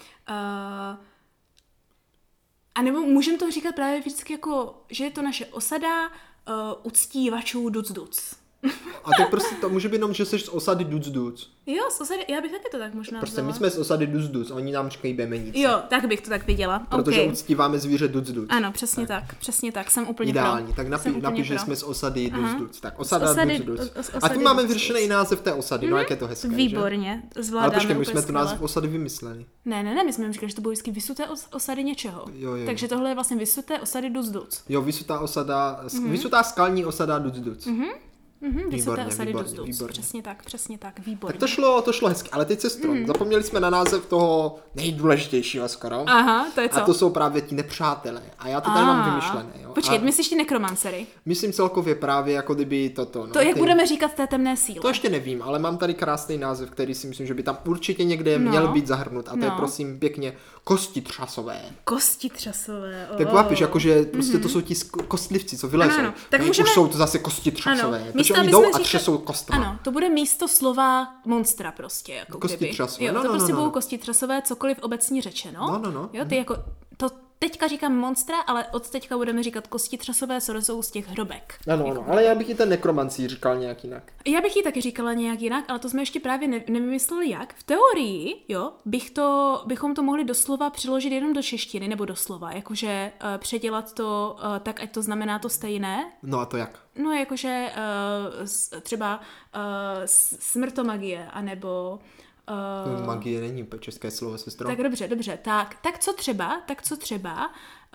a nebo můžeme to říkat právě vždycky jako, že je to naše osada uctívačů duc. A tak prostě to může být jenom, že jsi z osady duc. Jo, z osady, já bych taky to tak možná Prostě vzala. my jsme z osady duc a oni nám říkají bémenici. Jo, tak bych to tak viděla. Protože Okay. uctíváme zvíře duc. Ano, přesně tak, jsem úplně ideální, pro. tak napiš, že jsme z osady duc. Tak osada duc. z A tím máme vyřešený i název té osady, no jak je to hezké, Výborně, že? zvládáme. Ale počkej, my úplně jsme tu skvěle. název osady vymysleli. Ne, my jsme jim říkali, že to budou vždycky vysuté osady něčeho. Jo. Takže tohle je vlastně vysuté osady duc. Jo, vysutá osada, vysutá skalní osada duc. Vysuté osady výborně. duc. Přesně tak, výborně. Tak to šlo hezky, ale teď sestro, zapomněli jsme na název toho nejdůležitějšího skoro. Aha, to je co? A to jsou právě ti nepřátelé. A já to tady mám vymyšlené. Jo? Počkej, myslíš ty nekromancery? Myslím celkově právě jako kdyby toto. No, To jak budeme říkat té temné síle? To ještě nevím, ale mám tady krásný název, který si myslím, že by tam určitě někde měl být zahrnut. A to je prosím pěkně kostitřasové. Kostitřasové. Tak chápeš, jakože prostě to jsou ti kostlivci, co vylezou. Ano. Tak můžeme... Už jsou to zase kostitřasové. Protože oni jdou a třesou kostama. Ano, to bude místo slova monstra prostě. Jako kostitřasové. Jo, to prostě budou kostitřasové, cokoliv obecně řečeno. No. Jo, ty jako, to teďka říkám monstra, ale od teďka budeme říkat kostitřasové, co jsou z těch hrobek. Ano, ale já bych i ten nekromancí říkal nějak jinak. Já bych ji taky říkala nějak jinak, ale to jsme ještě právě nevymysleli jak. V teorii, jo, bychom to mohli doslova přeložit jenom do češtiny, nebo doslova, jakože předělat to tak, ať to znamená to stejné. No a to jak? No jakože třeba smrtomagie, anebo... Magie není české slovo, sestro. Tak dobře. Tak co třeba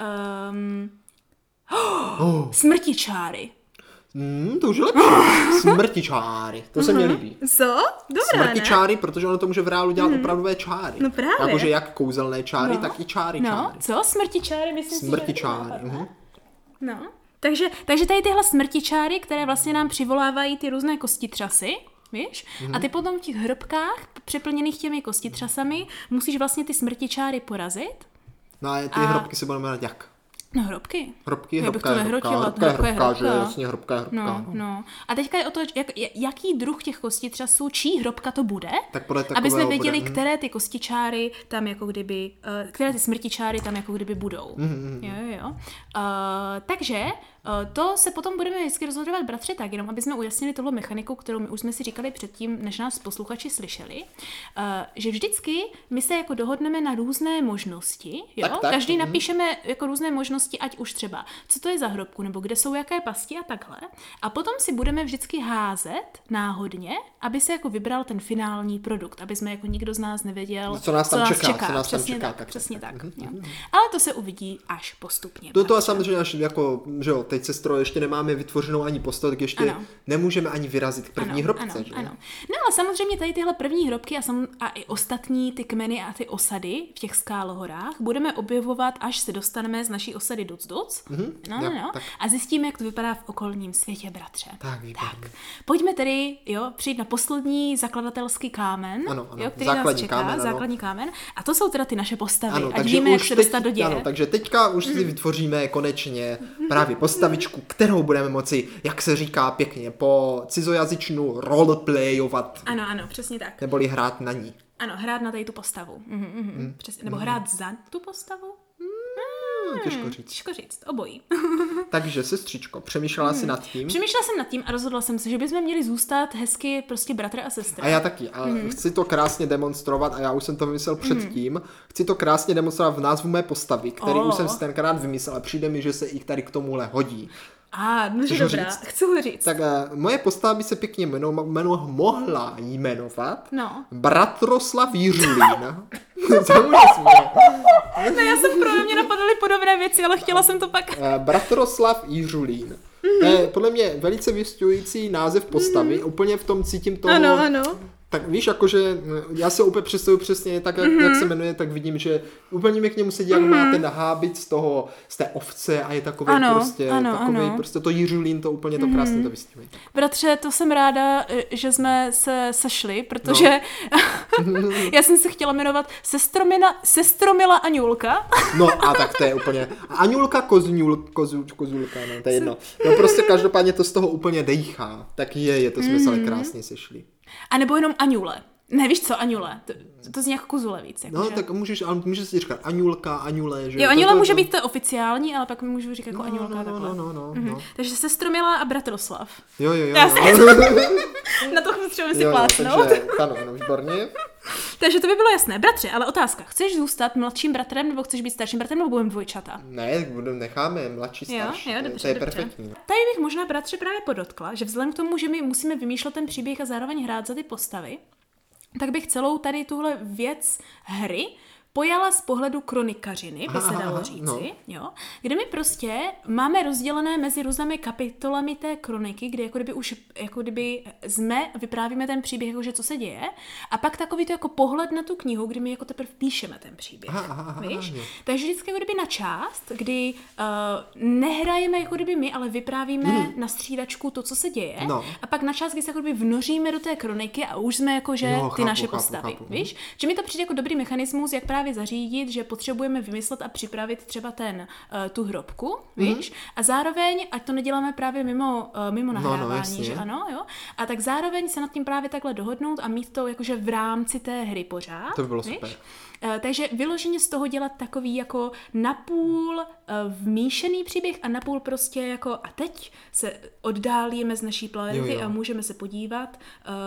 smrtičáry. To už je lepší. Smrtičáry. To se mi líbí. Co? Dobré, Smrtičáry, protože ono to může v reálu dělat opravdové čáry. No právě. Jakože jak kouzelné čáry, tak i čáry. No, co? Smrtičáry, myslím si, Smrtičáry. No. Takže tady tyhle smrtičáry, které vlastně nám přivolávají ty různé kostitřasy, víš? A ty potom v těch hrobkách, přeplněných těmi kostitřasami, musíš vlastně ty smrtičáry porazit. No a ty hrobky se budou jmenovat jak? No hrobky. Hrobky, Já bych to nehrotila. Hrobka, že jasně, hrobka je hrobka. No. A teďka je o to, jaký druh těch kostičasů, čí hrobka to bude, Tak podle aby jsme takového věděli, bude. které ty kostičáry tam jako kdyby, které ty smrtičáry tam jako kdyby budou. Jo. Takže to se potom budeme vždycky rozhodovat, bratře, tak, jenom aby jsme ujasnili tohle mechaniku, kterou my už jsme si říkali předtím, než nás posluchači slyšeli, že vždycky my se jako dohodneme na různé možnosti, jo? Tak. Každý napíšeme jako různé možnosti, ať už třeba, co to je za hrobku, nebo kde jsou jaké pasti a takhle. A potom si budeme vždycky házet náhodně, aby se jako vybral ten finální produkt, aby jsme jako nikdo z nás nevěděl, co nás tam čeká. Přesně tak. Jo. Ale to se uvidí až postupně. To samozřejmě až jako, že jo, teď sestro, ještě nemáme vytvořenou ani postavu, tak ještě nemůžeme ani vyrazit k první hrobce. Že? Ano. No ale samozřejmě tady tyhle první hrobky a i ostatní ty kmeny a ty osady v těch skálohorách budeme objevovat, až se dostaneme z naší osady Duc. No. A zjistíme, jak to vypadá v okolním světě, bratře. Tak. Pojďme tedy, přijít na poslední zakladatelský kámen, ano. Který nás čeká, základní kámen. A to jsou teda ty naše postavy. Ano, ať víme, jak se dostat do děje. Ano, takže teďka už si vytvoříme konečně právě postavičku, kterou budeme moci, jak se říká pěkně, po cizojazyčnu roleplayovat. Ano, přesně tak. Neboli hrát na ní. Ano, hrát na tady tu postavu. Přesně. Nebo hrát za tu postavu? Těžko říct, obojí. Takže, sestřičko, přemýšlela jsi nad tím? Přemýšlela jsem nad tím a rozhodla jsem se, že bychom měli zůstat hezky prostě bratr a sestra. A já taky. A chci to krásně demonstrovat, a já už jsem to vymyslel předtím. Chci to krásně demonstrovat v názvu mé postavy, který už jsem si tenkrát vymyslel a přijde mi, že se i tady k tomuhle hodí. Dobrá, chci ho říct. Tak moje postava by se pěkně mohla jmenovat Bratroslav Jiřulín. Ne, já jsem mě napadaly podobné věci, ale chtěla jsem to pak. Bratroslav Jiřulín. To je podle mě velice vystihující název postavy, úplně v tom cítím toho. Ano. Tak víš, jakože já se úplně představuji přesně tak, jak se jmenuje, tak vidím, že úplně mě k němu sedí, jak má ten hábit z té ovce a je takový prostě to Jiřulín, to úplně to krásně to vystihuje. Bratře, to jsem ráda, že jsme se sešli, protože já jsem se chtěla jmenovat Sestromila Aňulka. No a tak to je úplně, Aňulka Kozulka, no to je jedno. No prostě každopádně to z toho úplně dejchá, tak to jsme se ale krásně sešli. A nebo jenom Aňule. Ne, víš co, Aňule. To zní jako kozule víc. Jako, no, že? Tak můžeš si říkat Aňulka, Aňule. Že? Jo, Aňula může být to oficiální, ale pak mi můžu říkat jako Aňulka. No. Takže Sestromila a Bratroslav. Jo. Na to potřebujeme si plácnout. Ano, výborně. Takže to by bylo jasné. Bratře, ale otázka. Chceš zůstat mladším bratrem, nebo chceš být starším bratrem, nebo budeme dvojčata? Ne, necháme mladší, starší. Jo, dobře, to je perfektní. Tady bych možná, bratře, právě podotkla, že vzhledem k tomu, že my musíme vymýšlet ten příběh a zároveň hrát za ty postavy, tak bych celou tady tuhle věc hry pojala z pohledu kronikařiny, by se dalo říci, jo, kde my prostě máme rozdělené mezi různými kapitolami té kroniky, kde jako kdyby vyprávíme ten příběh, jakože co se děje, a pak takový to jako pohled na tu knihu, kdy my jako teprve píšeme ten příběh, víš? Takže vždycky jako kdyby na část, kdy nehrajeme jako kdyby my, ale vyprávíme na střídačku to, co se děje, a pak na část, kdy se jako kdyby vnoříme do té kroniky a už jsme jakože ty naše postavy, víš? Že mi to přijde jako dobrý mechanismus, jak právě zařídit, že potřebujeme vymyslet a připravit třeba tu hrobku, víš? A zároveň, ať to neděláme právě mimo nahrávání, že ano, jo? A tak zároveň se nad tím právě takhle dohodnout a mít to jakože v rámci té hry pořád. To by bylo super. Takže vyloženě z toho dělat takový jako napůl vmíšený příběh a napůl prostě jako a teď se oddálíme z naší planety a můžeme se podívat.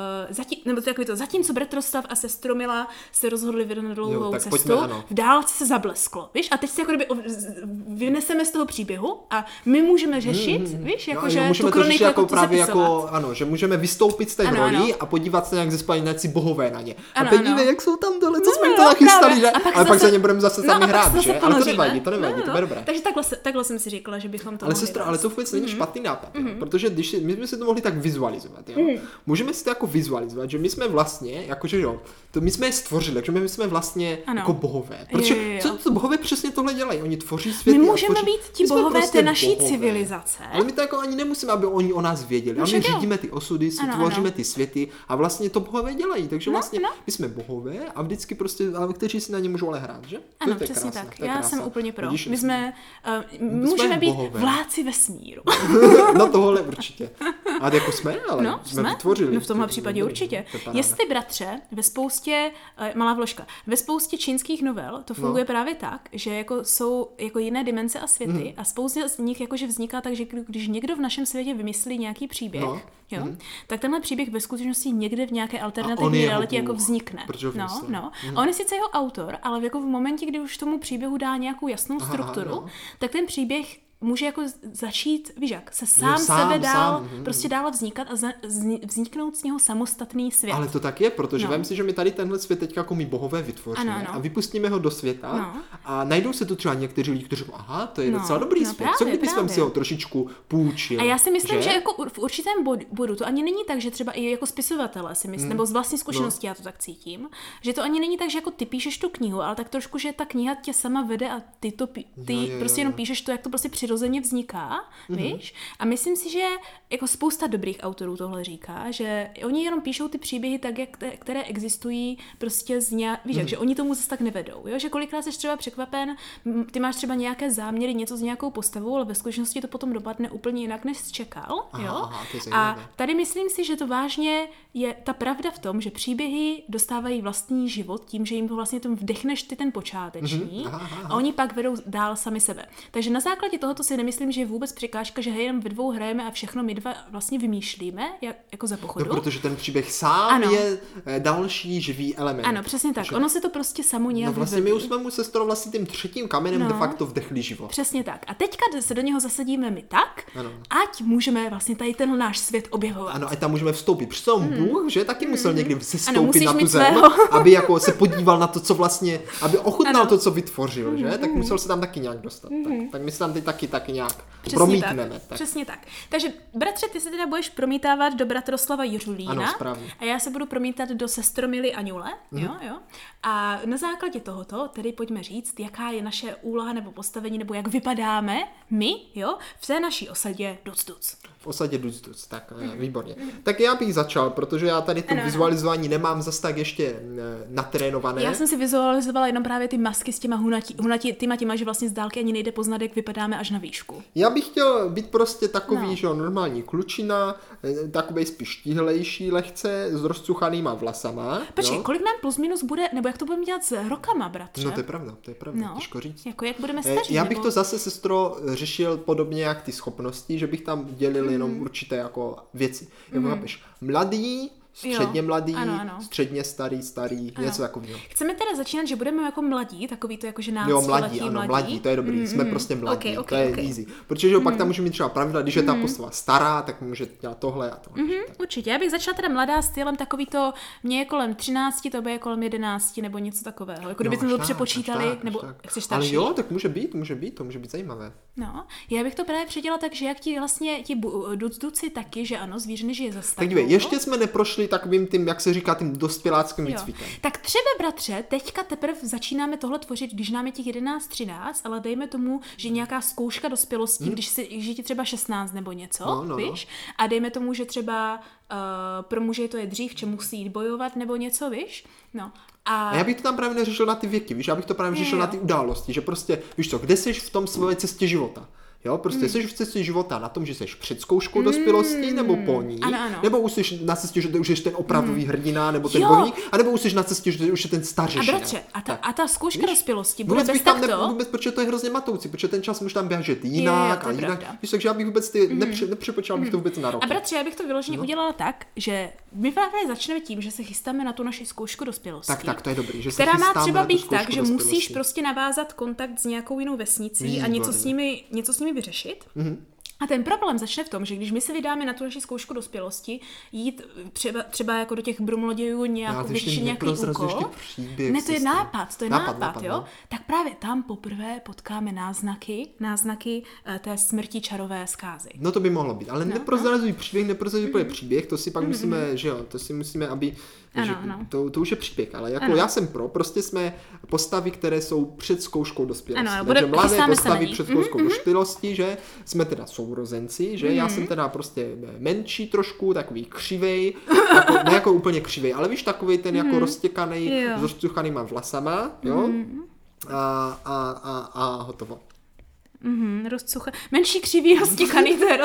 Zatímco Bratroslav a Sestromila se rozhodli vydat na dlouhou cestu, v dálce se zablesklo, víš? A teď se jako kdyby vyneseme z toho příběhu a my můžeme řešit, víš? Jako, že tu kroniku jako právě jako, ano, že můžeme vystoupit z té roli a podívat se, jak ze spalinací bohové na ně. A teď víme, jak jsou tam dole, co jsme to nachystali, že? Ale pak se nebudeme zase sami hrát, že? Ale to nevadí, to je dobré. Takže takhle jsem si říkala, že bychom to mohli. Ale to vůbec není špatný nápad, protože my jsme si to mohli tak vizualizovat, jo. Můžeme si to jako vizualizovat, že my jsme vlastně, jakože jo, to my jsme je stvořili, takže my jsme vlastně jako bohové. Protože co bohové přesně tohle dělají? Oni tvoří svět. My můžeme být ti bohové té naší civilizace. Ale my to jako ani nemusíme, aby oni o nás věděli. Ale my řídíme ty osudy, tvoříme ty světy a vlastně to bohové dělají. Takže vlastně my jsme bohové a vždycky prostě, kteří si na ně můžou ale hrát, že? Ano, přesně tak. Já jsem úplně pro. My jsme můžeme být vládci vesmíru. No tohle určitě. A jako jsme, ale jsme vytvořili. No v tomhle případě určitě. Jestli, bratře, ve spoustě, malá vložka, ve spoustě čínských novel to funguje právě tak, že jako jsou jako jiné dimenze a světy a spousta z nich jakože vzniká tak, že když někdo v našem světě vymyslí nějaký příběh, tak tenhle příběh ve skutečnosti někde v nějaké alternativní realitě jako vznikne. A on je sice jeho autor, ale jako v momentě, kdy už tomu příběhu dá nějakou jasnou strukturu, tak ten příběh může jako začít, víš jak, se sám sebe dál prostě dál vznikat a vzniknout z něho samostatný svět. Ale to tak je, protože vem si, že my tady tenhle svět teďka jako my bohové vytvoříme a vypustíme ho do světa a najdou se tu třeba někteří lidi, kteří aha, to je docela dobrý svět. Co kdybychom si ho trošičku půjčil? A já si myslím, že jako v určitém bodu to ani není tak, že třeba i jako spisovatelé si myslím, nebo z vlastní zkušenosti já to tak cítím, že to ani není tak, že jako ty píšeš tu knihu, ale tak trošku, že ta kniha tě sama vede a ty prostě jenom píšeš to, jak to prostě přirozeně vzniká, víš? A myslím si, že jako spousta dobrých autorů tohle říká, že oni jenom píšou ty příběhy tak, které existují prostě víš, že oni tomu zase tak nevedou, jo? Že kolikrát jsi třeba překvapen, ty máš třeba nějaké záměry, něco s nějakou postavou, ale ve skutečnosti to potom dopadne úplně jinak, než jsi čekal, jo? A tady myslím si, že to vážně je ta pravda v tom, že příběhy dostávají vlastní život tím, že jim vlastně tomu vdechneš ty ten počáteční a oni pak vedou dál sami sebe. Takže na základě tohoto si nemyslím, že je vůbec překážka, že jenom ve dvou hrajeme a všechno my dva vlastně vymýšlíme, jako za pochodu. No, protože ten příběh sám je další živý element. Ano, přesně tak. Ono se to prostě samo nějak vlastně my už jsme mu sestrou vlastně tím třetím kamenem de facto vdechli život. Přesně tak. A teďka se do něho zasadíme my tak, ať můžeme vlastně tady ten náš svět objevovat. Ano, ať tam můžeme vstoupit. Přitom Bůh, že taky musel někdy se stoupit na tu zem, aby jako se podíval na to, co vlastně, aby ochutnal to, co vytvořil, že? Tak musel se tam taky nějak dostat. Tak my se tam teď taky nějak promítneme. Tak. Přesně tak. Takže bratře, ty se teda budeš promítávat do bratroslava Jiřulína. Ano, správně. A já se budu promítat do sestromily Aňule. Jo. A na základě tohoto tedy pojďme říct, jaká je naše úloha nebo postavení, nebo jak vypadáme my, v té naší osadě Duc. V osadě Duc, tak výborně. Tak já bych začal, protože já tady to vizualizování nemám zas tak ještě natrénované. Já jsem si vizualizovala jenom právě ty masky s těma těma, že vlastně z dálky ani nejde poznat, jak vypadáme až na výšku. Já bych chtěl být prostě takový, že normální klučina, takovej spíš tíhlejší lehce, s rozcuchanýma vlasama. Počkej, kolik nám plus minus bude, nebo jak to budeme dělat s rokama, bratře? No to je pravda, těžko říct. Jako jak budeme staří? Já bych to zase, sestro, řešil podobně jak ty schopnosti, že bych tam dělil jenom určité jako věci. Jako chápeš, mladý, středně mladý, středně starý, něco takového. Chceme teda začínat, že budeme jako mladí, takový to jakože náctiletí mladí, to je dobrý, jsme prostě mladí, to je easy. Protože pak tam může mít třeba pravidla, když je ta postava stará, tak může dělat tohle a tohle. Určitě, já bych začala teda mladá stylem takový to, mě je kolem 13, to je kolem 11 nebo něco takového, jako kdyby jsme to přepočítali, nebo chceš starší. Ale jo, tak může být, to může být zajímavé. No, já bych to právě předělala tak, že jak ti vlastně ti duci taky, že ano, zvířiny žije za tak dívej, ještě jsme neprošli takovým tím, jak se říká, tím dospěláckým výcvikem. Tak třeba, bratře, teďka teprve začínáme tohle tvořit, když nám je těch 11-13, ale dejme tomu, že nějaká zkouška dospělosti, když ti třeba 16 nebo něco, víš? A dejme tomu, že třeba pro muže to je dřív, že musí jít bojovat nebo něco, víš? No. A já bych to tam právě neřešil na ty věky, víš? Já bych to právě řešil na ty události, že prostě, víš co, kde jsi v tom své cestě života? Jo, prostě jsi v cestě života na tom, že jsi před zkouškou dospělosti, nebo po ní, nebo už jsi na cestě, že už jsi ten opravdový hrdina, nebo ten bojovník, anebo už jsi na cestě, že už je ten stařešina. A bratře, a ta zkouška dospělosti bude bez takto? Vůbec, protože to je hrozně matoucí, protože ten čas může tam běžet jinak a jinak. Víš, takže já bych vůbec nepřepočal bych to vůbec na roky. A bratře, já bych to vyloženě udělala tak, že my právě začneme tím, že se chystáme na tu naši zkoušku dospělosti. Tak to je dobrý, že která má třeba být tak, že musíš prostě navázat kontakt s nějakou jinou vesnicí a něco s nimi vyřešit. A ten problém začne v tom, že když my se vydáme na tu naši zkoušku dospělosti, jít třeba jako do těch brumlodějů vyřešit nějaký úkol. Ne, to je nápad, jo? Tak právě tam poprvé potkáme náznaky té smrti čarové zkázy. No to by mohlo být, ale neprozrazuj příběh, příběh, to si pak musíme, že jo, to si musíme, aby Ano. To už je příběh, ale jako já jsem pro, prostě jsme postavy, které jsou před zkouškou dospělosti. Ano, takže mladé postavy před zkouškou dospělosti, že jsme teda sourozenci, že já jsem teda prostě menší trošku, takový křivej, jako, ne jako úplně křivej, ale víš, takový ten jako roztěkaný, s rozcuchanýma vlasama, jo? A hotovo. Menší křivý, roztěkaný, to je.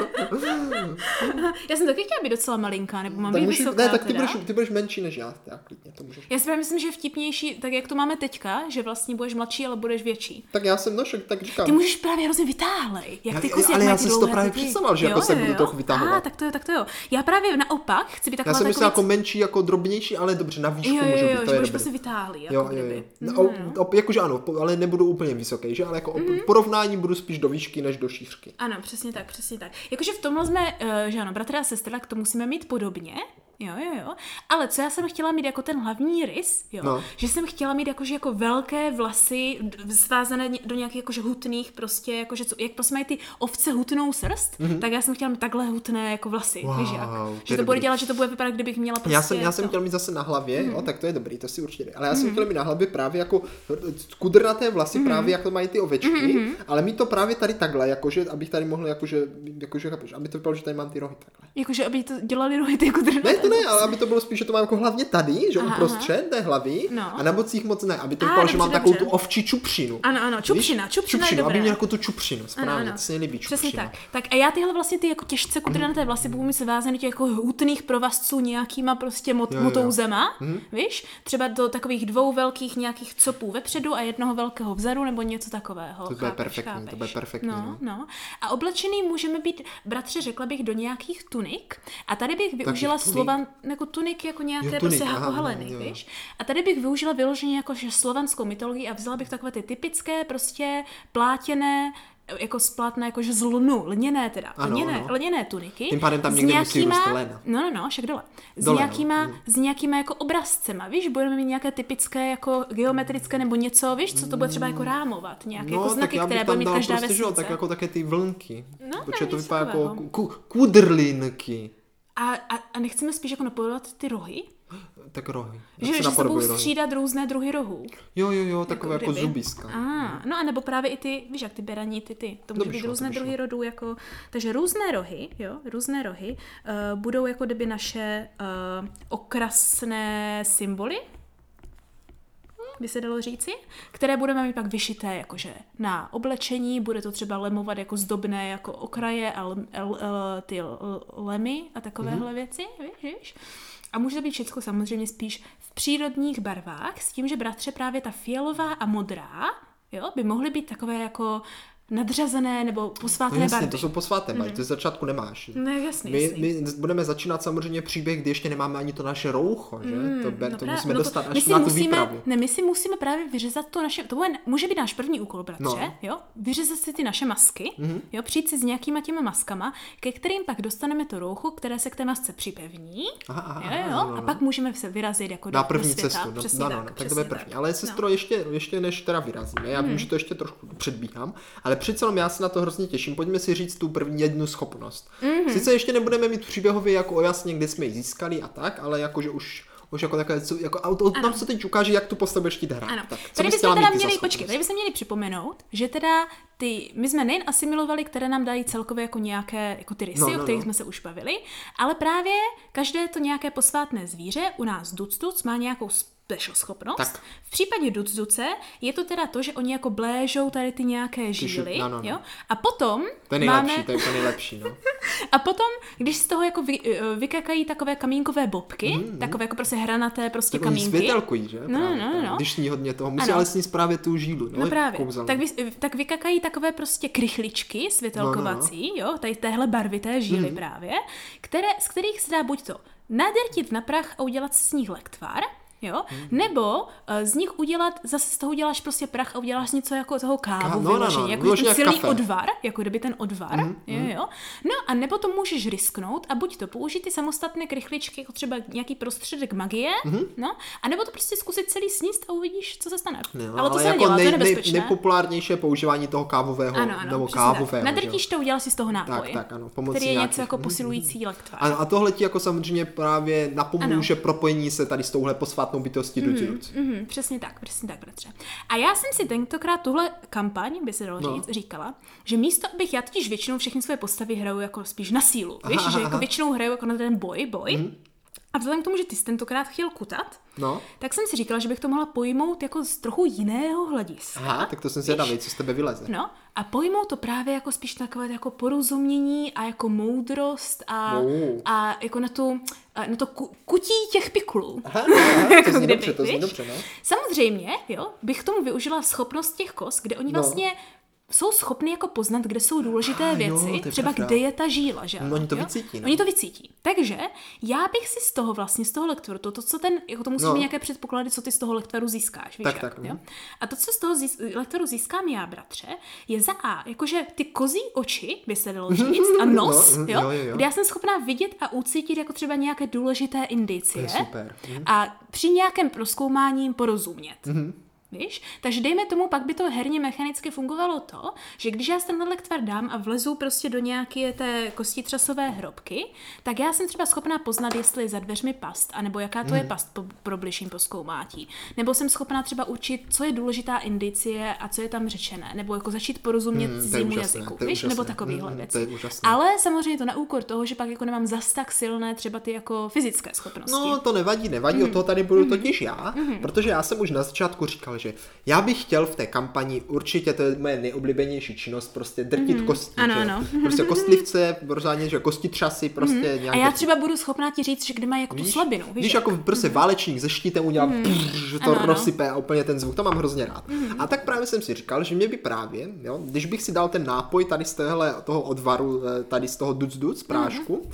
Já jsem taky chtěla být docela malinká, nebo mám být vysoká. Ne, tak ty budeš menší než já, klidně to můžeš. Já si myslím, že je vtipnější, tak jak to máme teďka, že vlastně budeš mladší, ale budeš větší. Tak já jsem tak říkám. Ty můžeš právě hrozně vytáhlej. Jak ty kusy, ale já jsem si to právě představoval, že jako se budu trochu vytáhovat. Tak to jo. Já právě naopak chci být taková. Já jsem myslel jako menší, jako drobnější, ale dobře, na výšku můžu být, to je dobré. Prostě vytáhlý, jako kdyby. Jakože ano, ale nebudu úplně vysoký, že? Ale jako porovnání budu spíš do výšky než do šířky. Ano, přesně tak. Jakože v tomhle jsme, že ano, bratr a sestra, k tomu musíme mít podobně. Jo. Ale co já jsem chtěla mít jako ten hlavní rys, že jsem chtěla mít jakože jako velké vlasy svázané do nějakých jakože hutných prostě, jakože jak prostě mají ty ovce hutnou srst, tak já jsem chtěla mít takhle hutné jako vlasy, víš jak? Že to bude dělat, že to bude vypadat, kdybych měla prostě... Já jsem chtěla mít zase na hlavě, jo, tak to je dobrý, to si určitě. Ale já jsem chtěla mít na hlavě právě jako kudrnaté vlasy, právě jako mají ty ovečky, ale mít to právě tady takhle, jakože abych tady mohl jakože aby to vypadalo, že tady mám ty rohy takhle. Jakože aby to dělali rohy ty kudrnaté. Ne, ale aby to bylo spíš, že to mám jako hlavně tady, že uprostřed té hlavy a na bocích moc ne, aby to vypadalo, že mám takovou tu ovčí čupřinu. Ano, čupřina je dobré. Aby měl jako tu čupřinu, správně, to se nelíbí čupřina. Přesně tak. Tak a já tyhle vlastně ty jako těžce kudrnaté vlasy budu mít svázané těch jako hutných provazců nějakýma prostě motouzema, víš? Třeba do takových 2 velkých nějakých copů vepředu a jednoho velkého vzadu nebo něco takového. To bude perfektní. No. A oblečený můžeme být, bratře, řekla bych, do nějakých tunik. A tady bych využila jako tunik, jako nějaké prostě hakohaleny, víš? A tady bych využila vyloženě jako slovanskou mytologii a vzala bych takové ty typické prostě plátěné jako splátné, jakože z lnu, lněné teda, lněné tuniky. Tím pádem tam někde musí růst lena. No, však dole. S nějakýma jako obrazcema, víš, budeme mít nějaké typické jako geometrické nebo něco, víš, co to bude třeba jako rámovat, nějaké jako znaky, které bude mít každá prostě, vesnice. Tak jako také ty vlnky. Protože to vypadá jako kudrlinky. A nechceme spíš jako napodobovat ty rohy? Tak rohy. Že se budou střídat různé druhy rohů. Jo, takové jako zubiska. No a nebo právě i ty, víš jak ty beraní, to může být různé druhy rodů, jako, takže různé rohy budou jako kdyby naše okrasné symboly, by se dalo říci, které budeme mít pak vyšité jakože na oblečení, bude to třeba lemovat jako zdobné jako okraje a ty lemy a takovéhle věci, víš? A může to být všechno samozřejmě spíš v přírodních barvách, s tím, že bratře právě ta fialová a modrá, by mohly být takové jako nadřazené nebo posvátné barvy. To jsou posvátné barvy, to z začátku nemáš. No jasný. My budeme začínat samozřejmě příběh, kdy ještě nemáme ani to naše roucho, že? To musíme dostat až na tu výpravu. My si musíme právě vyřezat to naše, může být náš první úkol, bratře, vyřezat si ty naše masky, přijít si s nějakýma těma maskama, ke kterým pak dostaneme to roucho, které se k té masce připevní, a pak můžeme se vyrazit jako na první světa. cestu. Tak to bude první. Ale sestro, ještě než teda vyrazíme, já vím, že to ještě trošku předbíhám, ale přece jenom já se na to hrozně těším. Pojďme si říct tu první jednu schopnost. Sice ještě nebudeme mít příběhově jako o jasně, kde jsme ji získali a tak, ale jakože už jako takové, jako nám se teď ukáže, jak tu postavu budeš chtít hrát. Tak, tady bychom měli připomenout, že teda my jsme nejen asimilovali, které nám dají celkově jako nějaké jako ty rysy, o kterých jsme se už bavili, ale právě každé to nějaké posvátné zvíře, u nás Duc má nějakou special schopnost. Tak. V případě Duce je to teda to, že oni jako bléžou tady ty nějaké žíly, jo? A potom to je nejlepší, to je to nejlepší, A potom, když z toho jako vykakají takové kamínkové bobky, takové jako prostě hranaté prostě kamínky. Světelkují, že? No. Když sní hodně toho, musí ale snít právě tu žílu. No právě. Tak vykakají takové prostě krychličky světelkovací, jo? Tady téhle barvité žíly právě, z kterých se dá buď to nadrtit na prach a udělat z nich lektvar, Jo? Nebo z nich zase z toho uděláš prostě prach a uděláš něco jako toho kávu vyloženě, jako ten celý odvar, jako kdyby ten odvar, jo. No a nebo to můžeš risknout a buď to použít ty samostatné krychličky, jako třeba nějaký prostředek magie, no, a nebo to prostě zkusit celý sníst a uvidíš, co se stane. No, ale to se jako nedělá, to je nebezpečné. nejpopulárnější je používání toho kávového, nebo kávového. Nadrtíš to, udělal si z toho nápoj, tak, ano, který je něco jako posilující lektvar. A tohle ti jako samozřejmě právě napomůže propojení se tady s touhle posvátnou bytostí Duc. Přesně tak, bratře. A já jsem si tentokrát tuhle kampaň, by se dalo říct, říkala, že místo, abych já totiž většinou všechny své postavy hraju jako spíš na sílu, víš, že jako většinou hraju jako na ten boj. A vzhledem k tomu, že ty jsi tentokrát chtěl kutat, tak jsem si říkala, že bych to mohla pojmout jako z trochu jiného hlediska. Aha, tak to jsem zvědavý, co z tebe vyleze. No, a pojmout to právě jako spíš takové jako porozumění a jako moudrost a jako na to kutí těch piklů. Aha, to zní dobře, no. Samozřejmě, jo, bych k tomu využila schopnost těch kos, kde oni vlastně jsou schopni jako poznat, kde jsou důležité věci, třeba kde je ta žíla, že? Oni to vycítí. Oni to vycítí. Takže já bych si z toho lektvaru, to co ten, jako to musí být nějaké předpoklady, co ty z toho lektvaru získáš, víš tak, jo? A to, co z toho lektvaru získám já, bratře, je za A, jakože ty kozí oči, by se dalo říct, a nos, jo? Kde já jsem schopná vidět a ucítit jako třeba nějaké důležité indicie. Super. A při nějakém prozkoumání porozumět. Víš? Takže dejme tomu, pak by to herně mechanicky fungovalo to, že když já tenhle lektvar dám a vlezu prostě do nějaké té kostitřasové hrobky, tak já jsem třeba schopná poznat, jestli je za dveřmi past, anebo jaká to je past pro bližším prozkoumátí. Nebo jsem schopná třeba určit, co je důležitá indicie a co je tam řečené, nebo jako začít porozumět cizímu jazyku, víš? Nebo takovýhle věci. Ale samozřejmě to na úkor toho, že pak jako nemám zas tak silné třeba ty jako fyzické schopnosti. No, to nevadí, od toho tady budu totiž já, protože já jsem už na začátku říkal, že já bych chtěl v té kampani, určitě to je moje nejoblíbenější činnost, prostě drtit kostí. Ano. Prostě kostlivce, rozhodně, že kostitřasy, prostě nějaké. A já třeba budu schopná ti říct, že kde mají jako tu slabinu. Víš, jako prostě válečník ze štítem udělal, že to rozsype a úplně ten zvuk, to mám hrozně rád. A tak právě jsem si říkal, že mě by právě, jo, když bych si dal ten nápoj tady z toho odvaru, tady z toho duc prášku,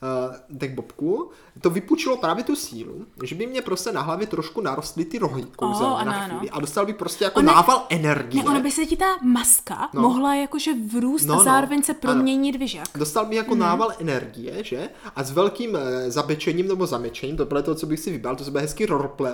těch bobků, to vypučilo právě tu sílu, že by mě prostě na hlavě trošku narostly ty rohy kouzelné na chvíli a dostal by prostě jako nával energie. Ono by se ti ta maska mohla jakože vrůst a zároveň se proměnit, víš jak. Dostal by jako nával energie, že? A s velkým zabečením nebo zamečením, to bylo to, co bych si vybral, to se bude hezky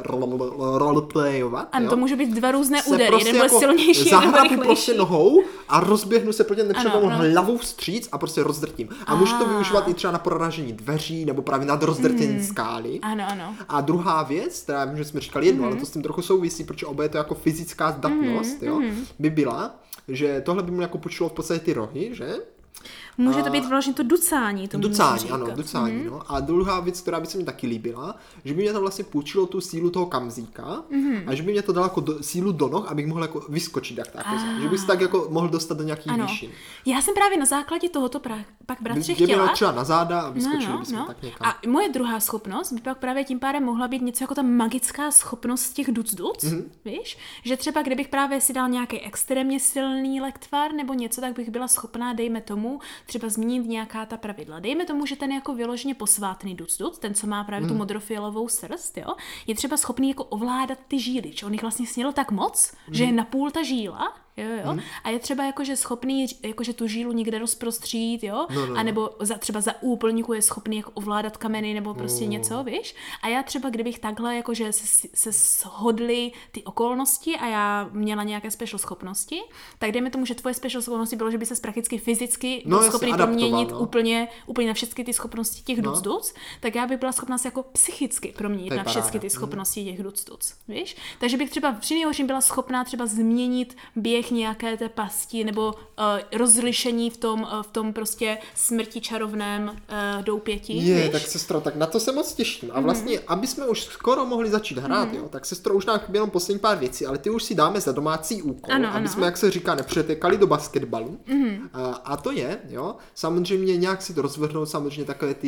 roleplayovat. Ano, to může být dva různé údery, prostě jeden jako silnější, zahrabu prostě nohou a rozběhnu se proti nepřátelům hlavou vstříc a prostě rozdrtím. A můžu to využívat i třeba na proražení dveří nebo právě na rozdrtění skály. Ano. A druhá věc, která že jsme říkali jedno, ale to s tím trochu souvisí, protože oba je to jako fyzická zdatnost, jo, by byla, že tohle by mu jako počilo v podstatě ty rohy, že? Může to být vlastně to ducání. Ducání, no. A druhá věc, která by se mi taky líbila, že by mě to vlastně půjčilo tu sílu toho kamzíka a že by mě to dalo jako sílu do noh, abych mohl jako vyskočit jak tak. Že bych se tak jako mohl dostat do nějakých výšin. Já jsem právě na základě tohoto pak bratře chtěla. Mě třeba na záda a vyskočili bychom tak někam. A moje druhá schopnost by pak právě tím pádem mohla být něco jako ta magická schopnost těch duc, víš? Že třeba kdybych právě si dal nějaký extrémně silný lektvar nebo něco, tak bych byla schopná, dejme tomu, třeba změnit nějaká ta pravidla. Dejme tomu, že ten jako vyloženě posvátný duc, ten, co má právě tu modrofialovou srst, jo, je třeba schopný jako ovládat ty žíly, že on jich vlastně sněl tak moc, že je napůl ta žíla, jo. A je třeba jakože schopný jakože tu žílu někde rozprostřít, jo, a nebo třeba za úplníku je schopný jako ovládat kameny nebo prostě něco, víš? A já třeba kdybych takhle jakože se shodly ty okolnosti a já měla nějaké special schopnosti, tak dejme tomu, že tvoje special schopnosti bylo, že by se prakticky fyzicky byl schopný proměnit úplně na všechny ty schopnosti těch duc, tak já bych byla schopná se jako psychicky proměnit na všechny ty schopnosti těch duc, víš? Takže bych třeba přinejhorším byla schopná třeba změnit běh nějaké té pasti nebo rozlišení v tom prostě smrti čarovném doupěti. Tak sestro, tak na to se moc těším. A vlastně, aby jsme už skoro mohli začít hrát, jo, tak sestro, už nám chybí jenom poslední pár věcí, ale ty už si dáme za domácí úkol, aby jsme, jak se říká, nepřetekali do basketbalu. A to je, jo, samozřejmě nějak si to rozvrhnout, samozřejmě takové ty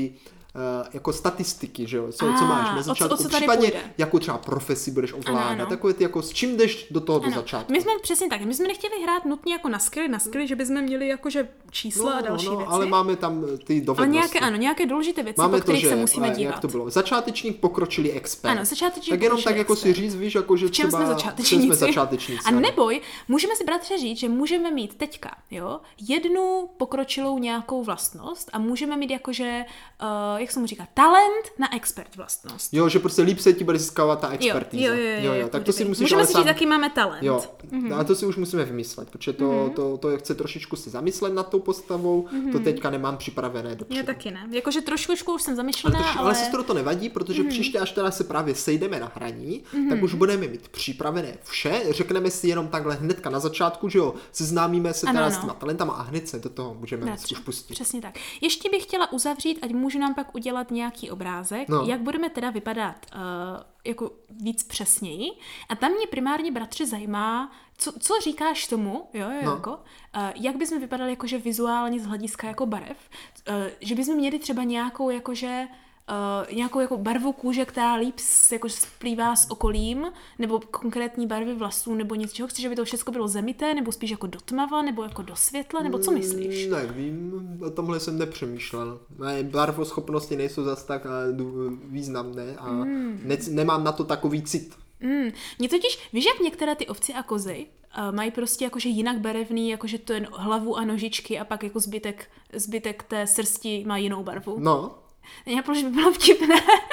jako statistiky, že jo, co máš na začátku, případně jakou třeba profesi budeš ovládat, takové ty jako s čím jdeš do toho do začátku. My jsme přesně tak, my jsme nechtěli hrát nutně jako na skilly, že bychom měli jakože čísla a další věci. Ale máme tam ty dovednosti. Ale nějaké důležité věci, po kterých se musíme dívat. Jak to bylo? Začátečník, pokročilý expert. Ano, začátečník, tak jenom tak jako si říct, víš, jako že třeba jsme začátečníci. A neboj, můžeme si bratře říct, že můžeme mít teďka, jo, jednu pokročilou nějakou vlastnost a můžeme mít jakože jak se mu říká, talent na expert vlastnost. Jo, že prostě líp se ti bude získávat ta expertíza. Jo, tak to si musíš můžeme si říct, jaký máme talent. Jo, a to si už musíme vymyslet, protože to chce trošičku si zamyslet nad tou postavou, to teďka nemám připravené dopředu. Já taky ne, jakože trošku už jsem zamýšlená, ale sestro, to nevadí, protože příště, až teda se právě sejdeme na hraní, tak už budeme mít připravené vše, řekneme si jenom takhle hnedka na začátku, že jo, seznámíme se teda s těma talentama a hned se do toho můžeme už pustit. Přesně tak. Ještě bych chtěla uzavřít, ať můžu nám pak udělat nějaký obrázek, jak budeme teda vypadat jako víc přesněji. A tam mě primárně, bratře, zajímá, co říkáš tomu, jako, jak bychom vypadali jakože vizuálně z hlediska jako barev, že bychom měli třeba nějakou jakože nějakou jako barvu kůže, která líp jako splývá s okolím, nebo konkrétní barvy vlasů, nebo něčeho. Chceš, aby to všechno bylo zemité, nebo spíš jako do tmava, nebo jako do světla, nebo co myslíš? Nevím, o tomhle jsem nepřemýšlel. Barvoschopnosti nejsou zas tak významné a nemám na to takový cit. Mně totiž, víš, jak některé ty ovci a kozy mají prostě jakože jinak barevný, jakože to jen hlavu a nožičky a pak jako zbytek té srsti má jinou barvu. No. Já proč by bylo vtipné.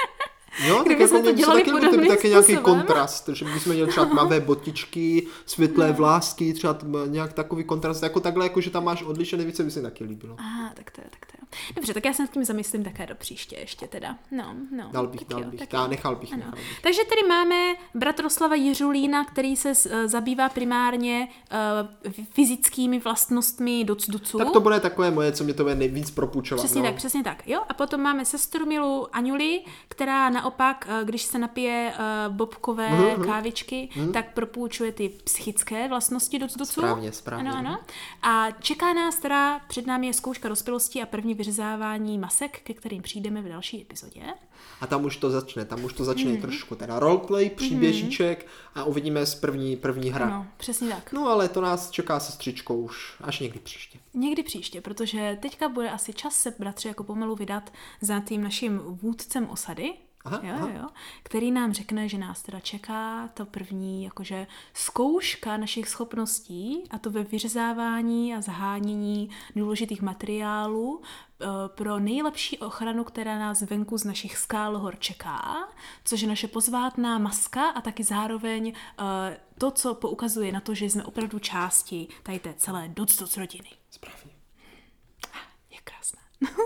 Jo, tak jako to dělali podobným způsobem. Nějaký kontrast, že bychom měli třeba tmavé botičky, světlé vlásky, třeba nějak takový kontrast, jako takhle, jako že tam máš odlišené věci, by se mi taky líbilo. Aha, tak to je. Dobře, tak já se nad tím zamyslím také do příště ještě teda. No. Dal bych. Nechal bych. Takže tady máme bratroslava Jiřulína, který se zabývá primárně fyzickými vlastnostmi duců. Tak to bude takové moje, co mě to bude nejvíc propůjčovat. Přesně tak. Jo? A potom máme sestru Milu Aňuli, která naopak, když se napije bobkové kávičky, tak propůjčuje ty psychické vlastnosti duců. Správně. Ano. A čeká nás teda, před námi je zkouška dospělosti a první vyřezávání masek, ke kterým přijdeme v další epizodě. A tam už to začne trošku teda roleplay, příběžíček a uvidíme z první hra. Ano, přesně tak. No ale to nás čeká sestřičkou už až někdy příště. Někdy příště, protože teďka bude asi čas se, bratři, jako pomalu vydat za tím naším vůdcem osady, Aha. Který nám řekne, že nás teda čeká to první jakože zkouška našich schopností, a to ve vyřezávání a zhánění důležitých materiálů pro nejlepší ochranu, která nás venku z našich skálohor čeká, což je naše pozvátná maska a taky zároveň to, co poukazuje na to, že jsme opravdu části tady té celé doc rodiny. Správně. Je krásné.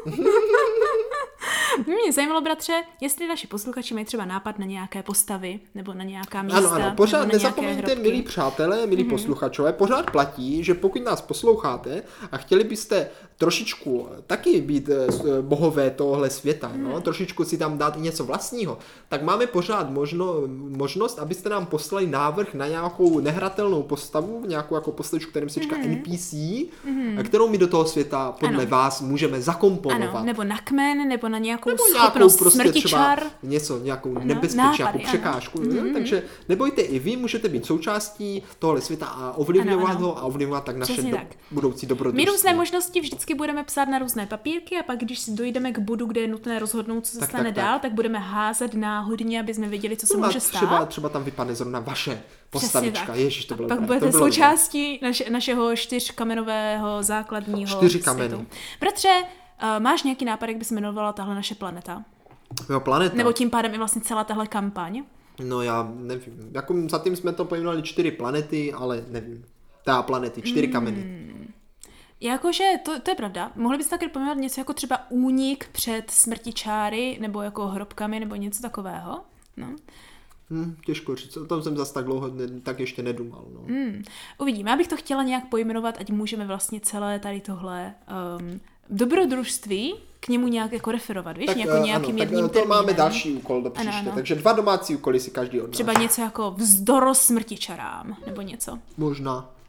Mě zajímalo, bratře, jestli naši posluchači mají třeba nápad na nějaké postavy nebo na nějaká místa. Ano, pořád nezapomeňte, milí přátelé, milí posluchačové, pořád platí, že pokud nás posloucháte a chtěli byste trošičku taky být bohové tohle světa, trošičku si tam dát i něco vlastního, tak máme pořád možnost, abyste nám poslali návrh na nějakou nehratelnou postavu, nějakou jako postavičku, kterým se říká NPC, kterou my do toho světa podle vás můžeme zakomponovat. Ano, nebo na kmen, nebo na nějakou schopnost prostě smrtičar. Nějakou nebezpečí, nějakou překážku. Takže nebojte, i vy můžete být součástí tohle světa a ovlivňovat ho a ovlivňovat tak naše budoucí dobrodružství. My různé možnosti vždycky budeme psát na různé papírky a pak, když dojdeme k bodu, kde je nutné rozhodnout, co se stane dál, tak budeme házet náhodně, aby jsme věděli, co se může stát. Třeba tam vypadne zrovna vaše postavička. Ježiš, to bylo pak budete součástí našeho 4kamenového základního 4 kameny. Bratře, máš nějaký nápad, jak by se jmenovala tahle naše planeta? Jo, planeta. Nebo tím pádem i vlastně celá tahle kampaň? No já nevím. Jako zatím jsme to pojmenovali 4 planety, ale nevím. Planety, 4 kameny. Jakože, to je pravda. Mohli byste taky pojmenovat něco jako třeba únik před smrtičáry, nebo jako hrobkami, nebo něco takového? No. Těžko říct, o tom jsem zase tak dlouho tak ještě nedumal. No. Uvidím, já bych to chtěla nějak pojmenovat, ať můžeme vlastně celé tady tohle dobrodružství k němu nějak jako referovat, víš? Tak, jako nějakým jedním to termínem. Máme další úkol do příště, takže 2 domácí úkoly si každý od nás. Třeba něco jako vzdoro smrtičarám, nebo něco. Možná.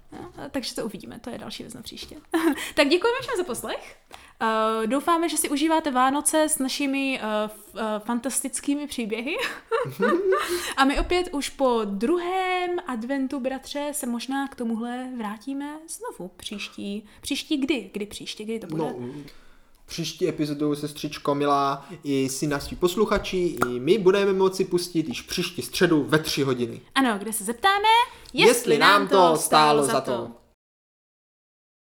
No, takže to uvidíme, to je další věc na příště. Tak děkujeme všem za poslech. Doufáme, že si užíváte Vánoce s našimi fantastickými příběhy. A my opět už po druhém adventu, bratře, se možná k tomuhle vrátíme znovu. Příští kdy to bude? No, příští epizodu, sestřičko milá, i si naši posluchači, i my budeme moci pustit již příští středu ve 3 hodiny. Ano, kde se zeptáme, jestli nám to stálo za to.